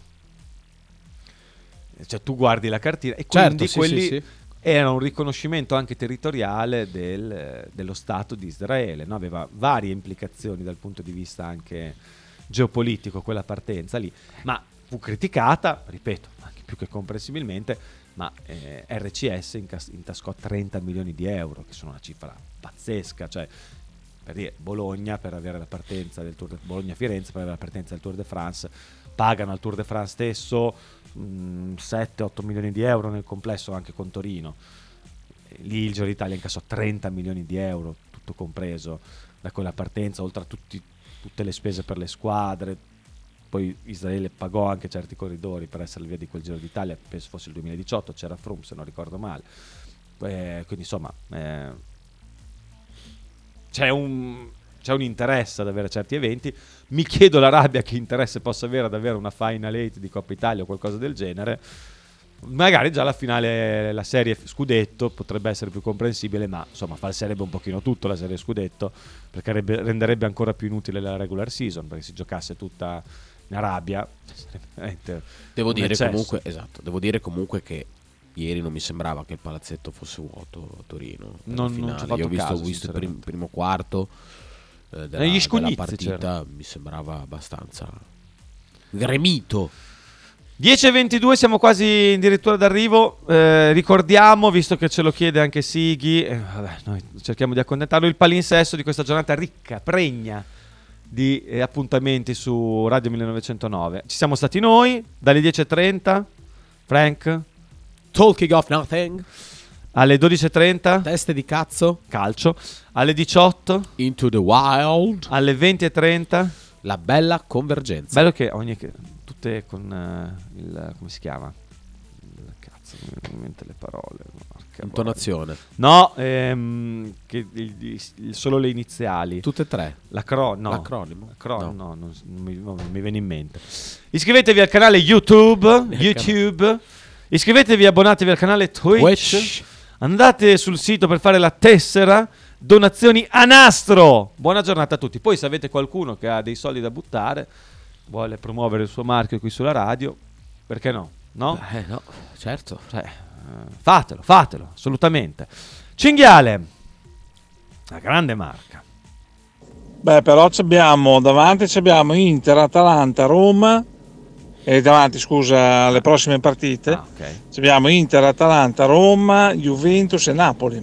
Cioè tu guardi la cartina e quindi quelli... Sì. Era un riconoscimento anche territoriale dello Stato di Israele, no? Aveva varie implicazioni dal punto di vista anche geopolitico quella partenza lì, ma fu criticata, ripeto, anche più che comprensibilmente, ma RCS intascò 30 milioni di euro, che sono una cifra pazzesca, cioè per dire Bologna per avere la partenza del Tour Bologna-Firenze per avere la partenza del Tour de France, pagano al Tour de France stesso 7-8 milioni di euro nel complesso anche con Torino. Lì il Giro d'Italia incassò 30 milioni di euro, tutto compreso, da quella partenza, oltre a tutte le spese per le squadre. Poi Israele pagò anche certi corridori per essere via di quel Giro d'Italia, penso fosse il 2018, c'era Froome se non ricordo male. Quindi insomma c'è un interesse ad avere certi eventi. Mi chiedo l'Arabia che interesse possa avere ad avere una Final 8 di Coppa Italia o qualcosa del genere. Magari già la finale, la serie Scudetto potrebbe essere più comprensibile, ma insomma falserebbe un pochino tutto la serie Scudetto, perché renderebbe ancora più inutile la regular season, perché si giocasse tutta in Arabia devo dire comunque che ieri non mi sembrava che il palazzetto fosse vuoto a Torino. Non io ho visto il primo quarto della partita, c'era. Mi sembrava abbastanza gremito. 10:22, siamo quasi addirittura d'arrivo. Ricordiamo, visto che ce lo chiede anche Sighi, noi cerchiamo di accontentarlo, il palinsesto di questa giornata ricca, pregna di appuntamenti su Radio 1909. Ci siamo stati noi dalle 10:30, Frank Talking of Nothing. Alle 12:30 Teste di cazzo, calcio. Alle 18 Into the Wild. Alle 20:30 La bella convergenza. Bello che tutte con il come si chiama? Cazzo, non mi viene in mente le parole. Intonazione. No, solo le iniziali. Tutte e tre. L'acronimo. No, non mi viene in mente. Iscrivetevi al canale YouTube. Iscrivetevi, abbonatevi al canale Twitch. Andate sul sito per fare la tessera. Donazioni a nastro. Buona giornata a tutti. Poi se avete qualcuno che ha dei soldi da buttare, vuole promuovere il suo marchio qui sulla radio, perché no? No? No, certo. Fatelo, assolutamente. Cinghiale, una grande marca. Beh, però davanti abbiamo Inter, Atalanta, Roma. E davanti, scusa, alle prossime partite okay. Abbiamo Inter, Atalanta, Roma, Juventus e Napoli.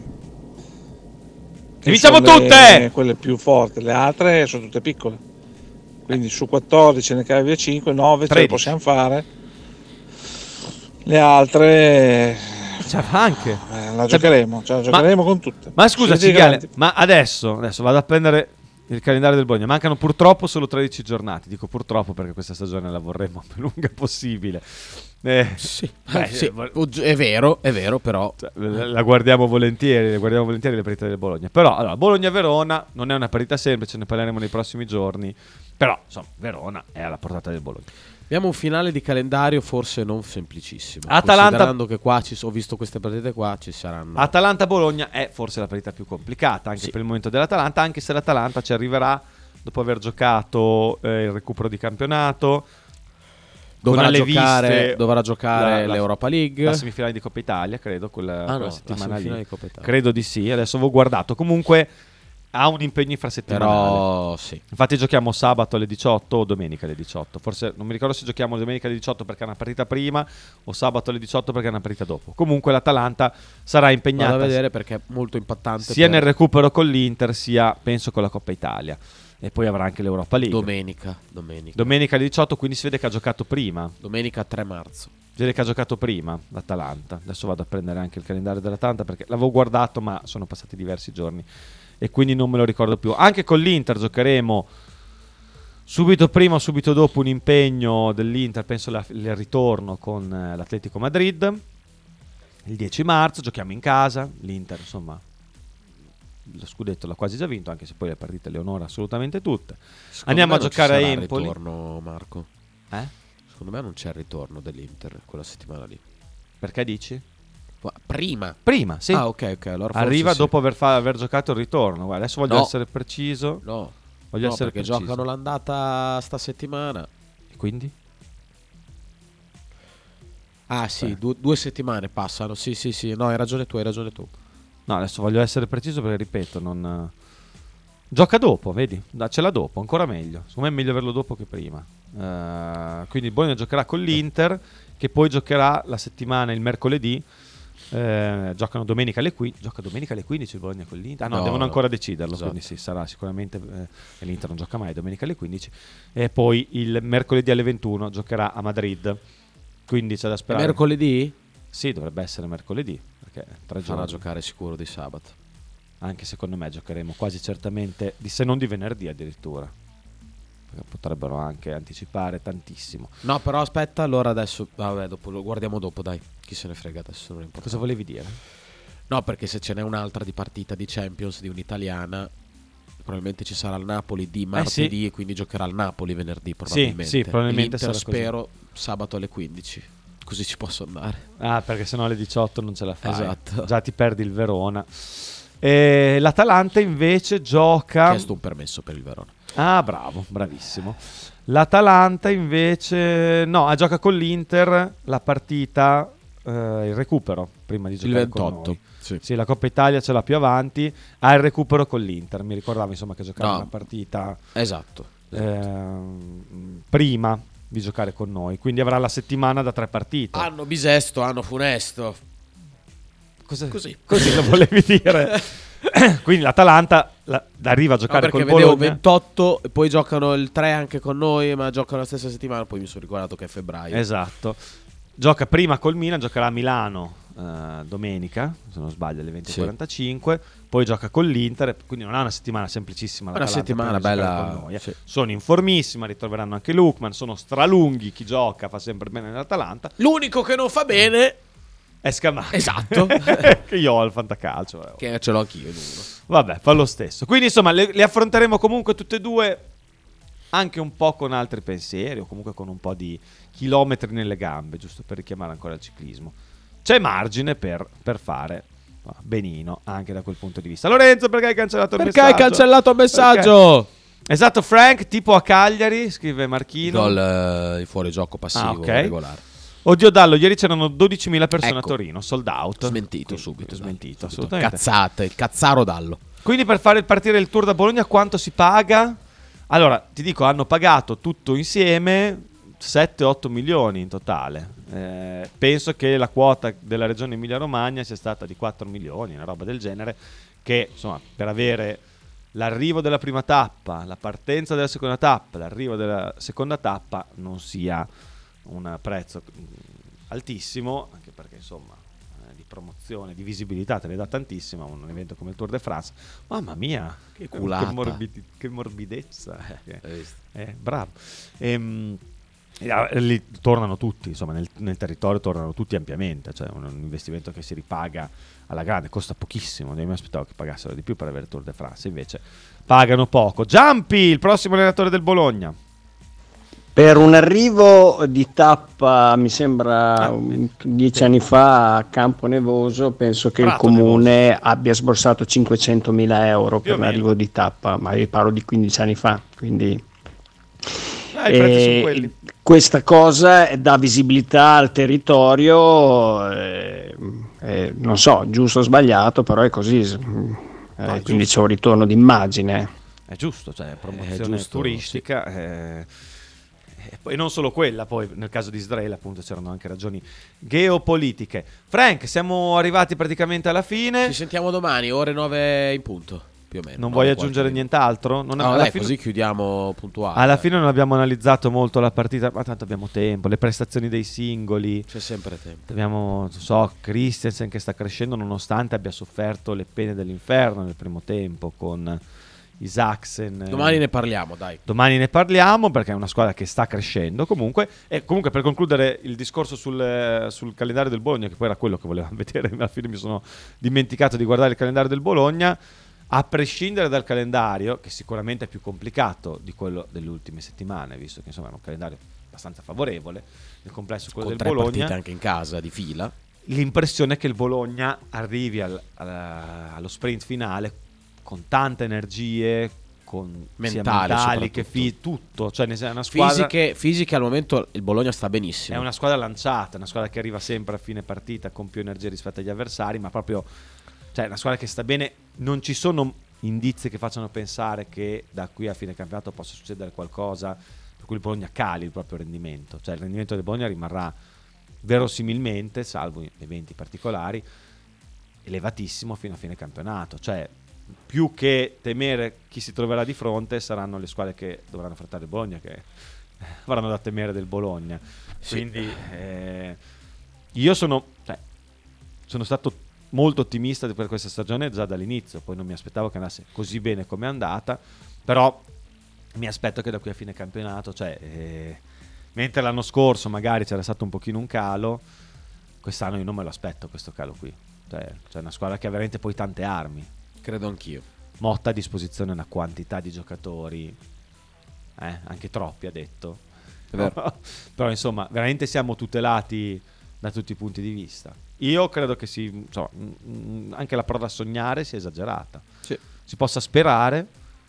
E vinciamo tutte! Quelle più forti, le altre sono tutte piccole. Quindi su 14 ne cade via 5, 9 ce le possiamo fare. Le altre anche la giocheremo con tutte. Ma scusa Cinghiale, ma adesso vado a prendere il calendario del Bologna. Mancano purtroppo solo 13 giornate. Dico purtroppo perché questa stagione la vorremmo più lunga possibile. Sì, è vero, però la guardiamo volentieri le partite del Bologna. Però allora, Bologna-Verona non è una partita semplice, ne parleremo nei prossimi giorni. Però insomma, Verona è alla portata del Bologna. Abbiamo un finale di calendario forse non semplicissimo. Considerando che qua ho visto queste partite qua, ci saranno. Atalanta-Bologna è forse la partita più complicata anche per il momento dell'Atalanta, anche se l'Atalanta ci arriverà dopo aver giocato il recupero di campionato. dovrà giocare l'Europa League, la semifinale di Coppa Italia, credo, quella settimana lì. Credo di sì, adesso avevo guardato. Comunque ha un impegno infrasettimanale. Però sì. Infatti giochiamo sabato alle 18 o domenica alle 18. Forse non mi ricordo se giochiamo domenica alle 18 perché è una partita prima o sabato alle 18 perché è una partita dopo. Comunque l'Atalanta sarà impegnata. Vado a vedere perché è molto impattante. Sia nel recupero con l'Inter, sia penso con la Coppa Italia. E poi avrà anche l'Europa League. Domenica alle 18, quindi si vede che ha giocato prima. Domenica 3 marzo. Si vede che ha giocato prima l'Atalanta. Adesso vado a prendere anche il calendario dell'Atalanta perché l'avevo guardato ma sono passati diversi giorni e quindi non me lo ricordo più. Anche con l'Inter giocheremo subito prima o subito dopo un impegno dell'Inter, penso il ritorno con l'Atletico Madrid il 10 marzo, giochiamo in casa. L'Inter insomma lo scudetto l'ha quasi già vinto, anche se poi le partite le onora assolutamente tutte. Andiamo a giocare a Empoli. Il ritorno, Marco? Secondo me non c'è il ritorno dell'Inter quella settimana lì. Perché dici? Prima, sì. Ok. Allora arriva sì. dopo aver giocato il ritorno. Guarda, adesso voglio essere preciso. Perché giocano l'andata sta settimana. E quindi? Sì, 2 settimane passano. Sì. No, hai ragione tu. No, adesso voglio essere preciso perché ripeto, non gioca dopo, vedi? Ce l'ha dopo, ancora meglio. Secondo me è meglio averlo dopo che prima. Quindi il Bologna giocherà con l'Inter, che poi giocherà la settimana il mercoledì. Giocano domenica alle 15. Gioca domenica alle 15 il Bologna con l'Inter. Devono ancora deciderlo. Esatto. Quindi sì, sarà sicuramente. L'Inter non gioca mai domenica alle 15. E poi il mercoledì alle 21 giocherà a Madrid. Quindi c'è da sperare. Mercoledì? Sì, dovrebbe essere mercoledì. Perché 3 giorni. Sarà a giocare sicuro di sabato. Anche secondo me giocheremo quasi certamente, se non di venerdì addirittura. Perché potrebbero anche anticipare tantissimo. No, però aspetta, allora adesso dopo lo guardiamo dopo, dai. Chi se ne frega adesso, non importa. Cosa volevi dire? No, perché se ce n'è un'altra di partita di Champions, di un'italiana, probabilmente ci sarà il Napoli di martedì e quindi giocherà il Napoli venerdì probabilmente. Sì, probabilmente l'Inter sarà spero sabato alle 15. Così ci posso andare. Perché sennò alle 18 non ce la fai. Esatto. Già ti perdi il Verona. L'Atalanta invece gioca. Ho chiesto un permesso per il Verona. Bravo, bravissimo. L'Atalanta invece gioca con l'Inter la partita, il recupero prima di giocare il 28 con noi. Sì. Sì, la Coppa Italia ce l'ha più avanti, ha il recupero con l'Inter. Mi ricordavo insomma che giocava una partita prima di giocare con noi, quindi avrà la settimana da 3 partite. Hanno Bisesto, hanno Funesto. Così lo volevi dire. Quindi l'Atalanta arriva a giocare col Bologna. Perché vedevo 28 e poi giocano il 3 anche con noi, ma giocano la stessa settimana. Poi mi sono ricordato che è febbraio. Esatto. Gioca prima col Milan, giocherà a Milano domenica, se non sbaglio, alle 20:45. Poi gioca con l'Inter, quindi non ha una settimana semplicissima. Una settimana bella con noi, sì. Sono informissima, ritroveranno anche Lukman. Sono stralunghi, chi gioca fa sempre bene nell'Atalanta. L'unico che non fa bene è Scamacca. Esatto. Che io ho il fantacalcio. Che ce l'ho anch'io. Vabbè, fa lo stesso. Quindi insomma le affronteremo comunque tutte e due, anche un po' con altri pensieri o comunque con un po' di chilometri nelle gambe, giusto per richiamare ancora il ciclismo. C'è margine per fare benino anche da quel punto di vista. Lorenzo, perché hai cancellato il messaggio? Perché hai cancellato il messaggio? Perché? Esatto, Frank, tipo a Cagliari, scrive Marchino. Gol di fuorigioco passivo regolare. Oddio Dallo, ieri c'erano 12.000 persone a Torino, sold out. Smentito subito. Assolutamente. Cazzate, il cazzaro Dallo. Quindi per fare partire il Tour da Bologna quanto si paga? Allora, ti dico, hanno pagato tutto insieme 7-8 milioni in totale. Penso che la quota della regione Emilia-Romagna sia stata di 4 milioni, una roba del genere, che insomma per avere l'arrivo della prima tappa, la partenza della seconda tappa, l'arrivo della seconda tappa non sia un prezzo altissimo, anche perché insomma di promozione, di visibilità te ne dà tantissima un evento come il Tour de France. Mamma mia, che culata, che morbidezza, bravo. Lì tornano tutti, insomma nel territorio tornano tutti ampiamente, cioè un investimento che si ripaga alla grande, costa pochissimo. Io mi aspettavo che pagassero di più per avere il Tour de France, invece pagano poco. Giampi, il prossimo allenatore del Bologna. Per un arrivo di tappa, mi sembra 10 anni fa a Campo Nevoso, penso che il comune abbia sborsato 500.000 euro per l'arrivo di tappa, ma io parlo di 15 anni fa, quindi Questa cosa dà visibilità al territorio, non so, giusto o sbagliato, però è così, quindi c'è un ritorno d'immagine. È giusto, cioè promozione turistica. Sì. E poi non solo quella, poi nel caso di Israele appunto c'erano anche ragioni geopolitiche. Frank, siamo arrivati praticamente alla fine. Ci sentiamo domani, ore 9 in punto, più o meno. Non vuoi aggiungere nient'altro? Così chiudiamo puntuale. Alla fine non abbiamo analizzato molto la partita, ma tanto abbiamo tempo, le prestazioni dei singoli. C'è sempre tempo. Abbiamo, Christensen che sta crescendo nonostante abbia sofferto le pene dell'inferno nel primo tempo con Isaacsen. Domani ne parliamo, dai. Domani ne parliamo perché è una squadra che sta crescendo comunque. E comunque, per concludere il discorso sul calendario del Bologna, che poi era quello che volevamo vedere, alla fine mi sono dimenticato di guardare il calendario del Bologna. A prescindere dal calendario, che sicuramente è più complicato di quello delle ultime settimane, visto che insomma è un calendario abbastanza favorevole nel complesso, quello con del Bologna, partite anche in casa di fila. L'impressione è che il Bologna arrivi allo sprint finale con tante energie, con mentali che tutto, cioè è una squadra fisiche al momento il Bologna sta benissimo. È una squadra lanciata, una squadra che arriva sempre a fine partita con più energie rispetto agli avversari, ma proprio, cioè, una squadra che sta bene. Non ci sono indizi che facciano pensare che da qui a fine campionato possa succedere qualcosa per cui il Bologna cali il proprio rendimento. Cioè il rendimento del Bologna rimarrà verosimilmente, salvo eventi particolari, elevatissimo fino a fine campionato. Cioè, più che temere chi si troverà di fronte, saranno le squadre che dovranno affrontare il Bologna che avranno da temere del Bologna. Sì. Quindi io sono stato molto ottimista per questa stagione già dall'inizio, poi non mi aspettavo che andasse così bene come è andata, però mi aspetto che da qui a fine campionato, mentre l'anno scorso magari c'era stato un pochino un calo, quest'anno io non me lo aspetto questo calo qui. Cioè, c'è una squadra che ha veramente poi tante armi. Credo anch'io. Motta a disposizione una quantità di giocatori, anche troppi, ha detto. È vero. Però insomma, veramente siamo tutelati da tutti i punti di vista. Io credo che anche la prova a sognare sia esagerata. Sì. Si possa sperare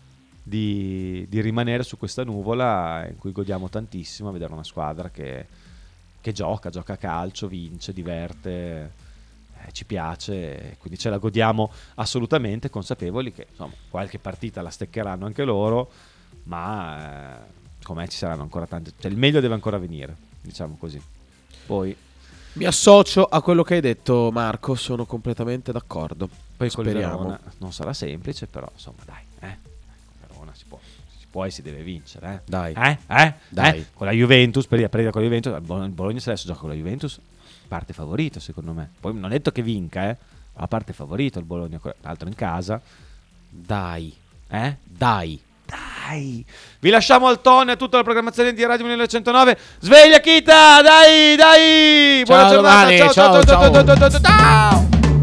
di rimanere su questa nuvola in cui godiamo tantissimo a vedere una squadra che gioca a calcio, vince, diverte, ci piace, quindi ce la godiamo assolutamente, consapevoli che insomma qualche partita la steccheranno anche loro, ma come ci saranno ancora tante, cioè il meglio deve ancora venire, diciamo così. Poi mi associo a quello che hai detto, Marco, sono completamente d'accordo. Poi con Verona non sarà semplice, però insomma dai, Verona si può e si deve vincere, dai. Dai. Con la Juventus, per con la Juventus, il Bologna se adesso gioca con la Juventus parte favorito secondo me, poi non è detto che vinca, ma la parte favorito il Bologna, tra l'altro in casa. Dai. Vi lasciamo al tono e a tutta la programmazione di Radio 1909. Sveglia Kita, dai. Buona giornata, ciao.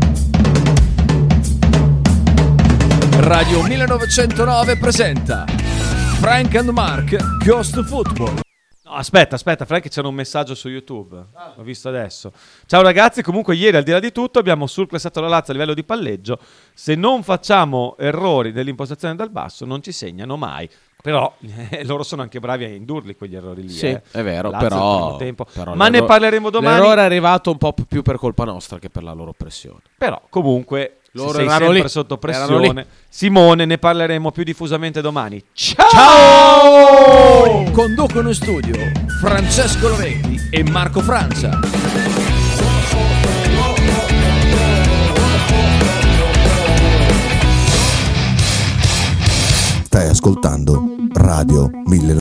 Radio 1909 presenta Frank and Mark Ghost Football. No, aspetta, Frank, c'era un messaggio su YouTube. L'ho visto adesso. Ciao ragazzi, comunque ieri al di là di tutto abbiamo surclassato la Lazio a livello di palleggio. Se non facciamo errori nell'impostazione dal basso non ci segnano mai. Però loro sono anche bravi a indurli quegli errori lì. Sì, è vero, però ma ne parleremo domani. L'errore è arrivato un po' più per colpa nostra che per la loro pressione. Però comunque loro sei sempre lì, sotto pressione. Simone, ne parleremo più diffusamente domani. Ciao! Conducono in studio Francesco Loretti e Marco Francia. Stai ascoltando Radio 1909.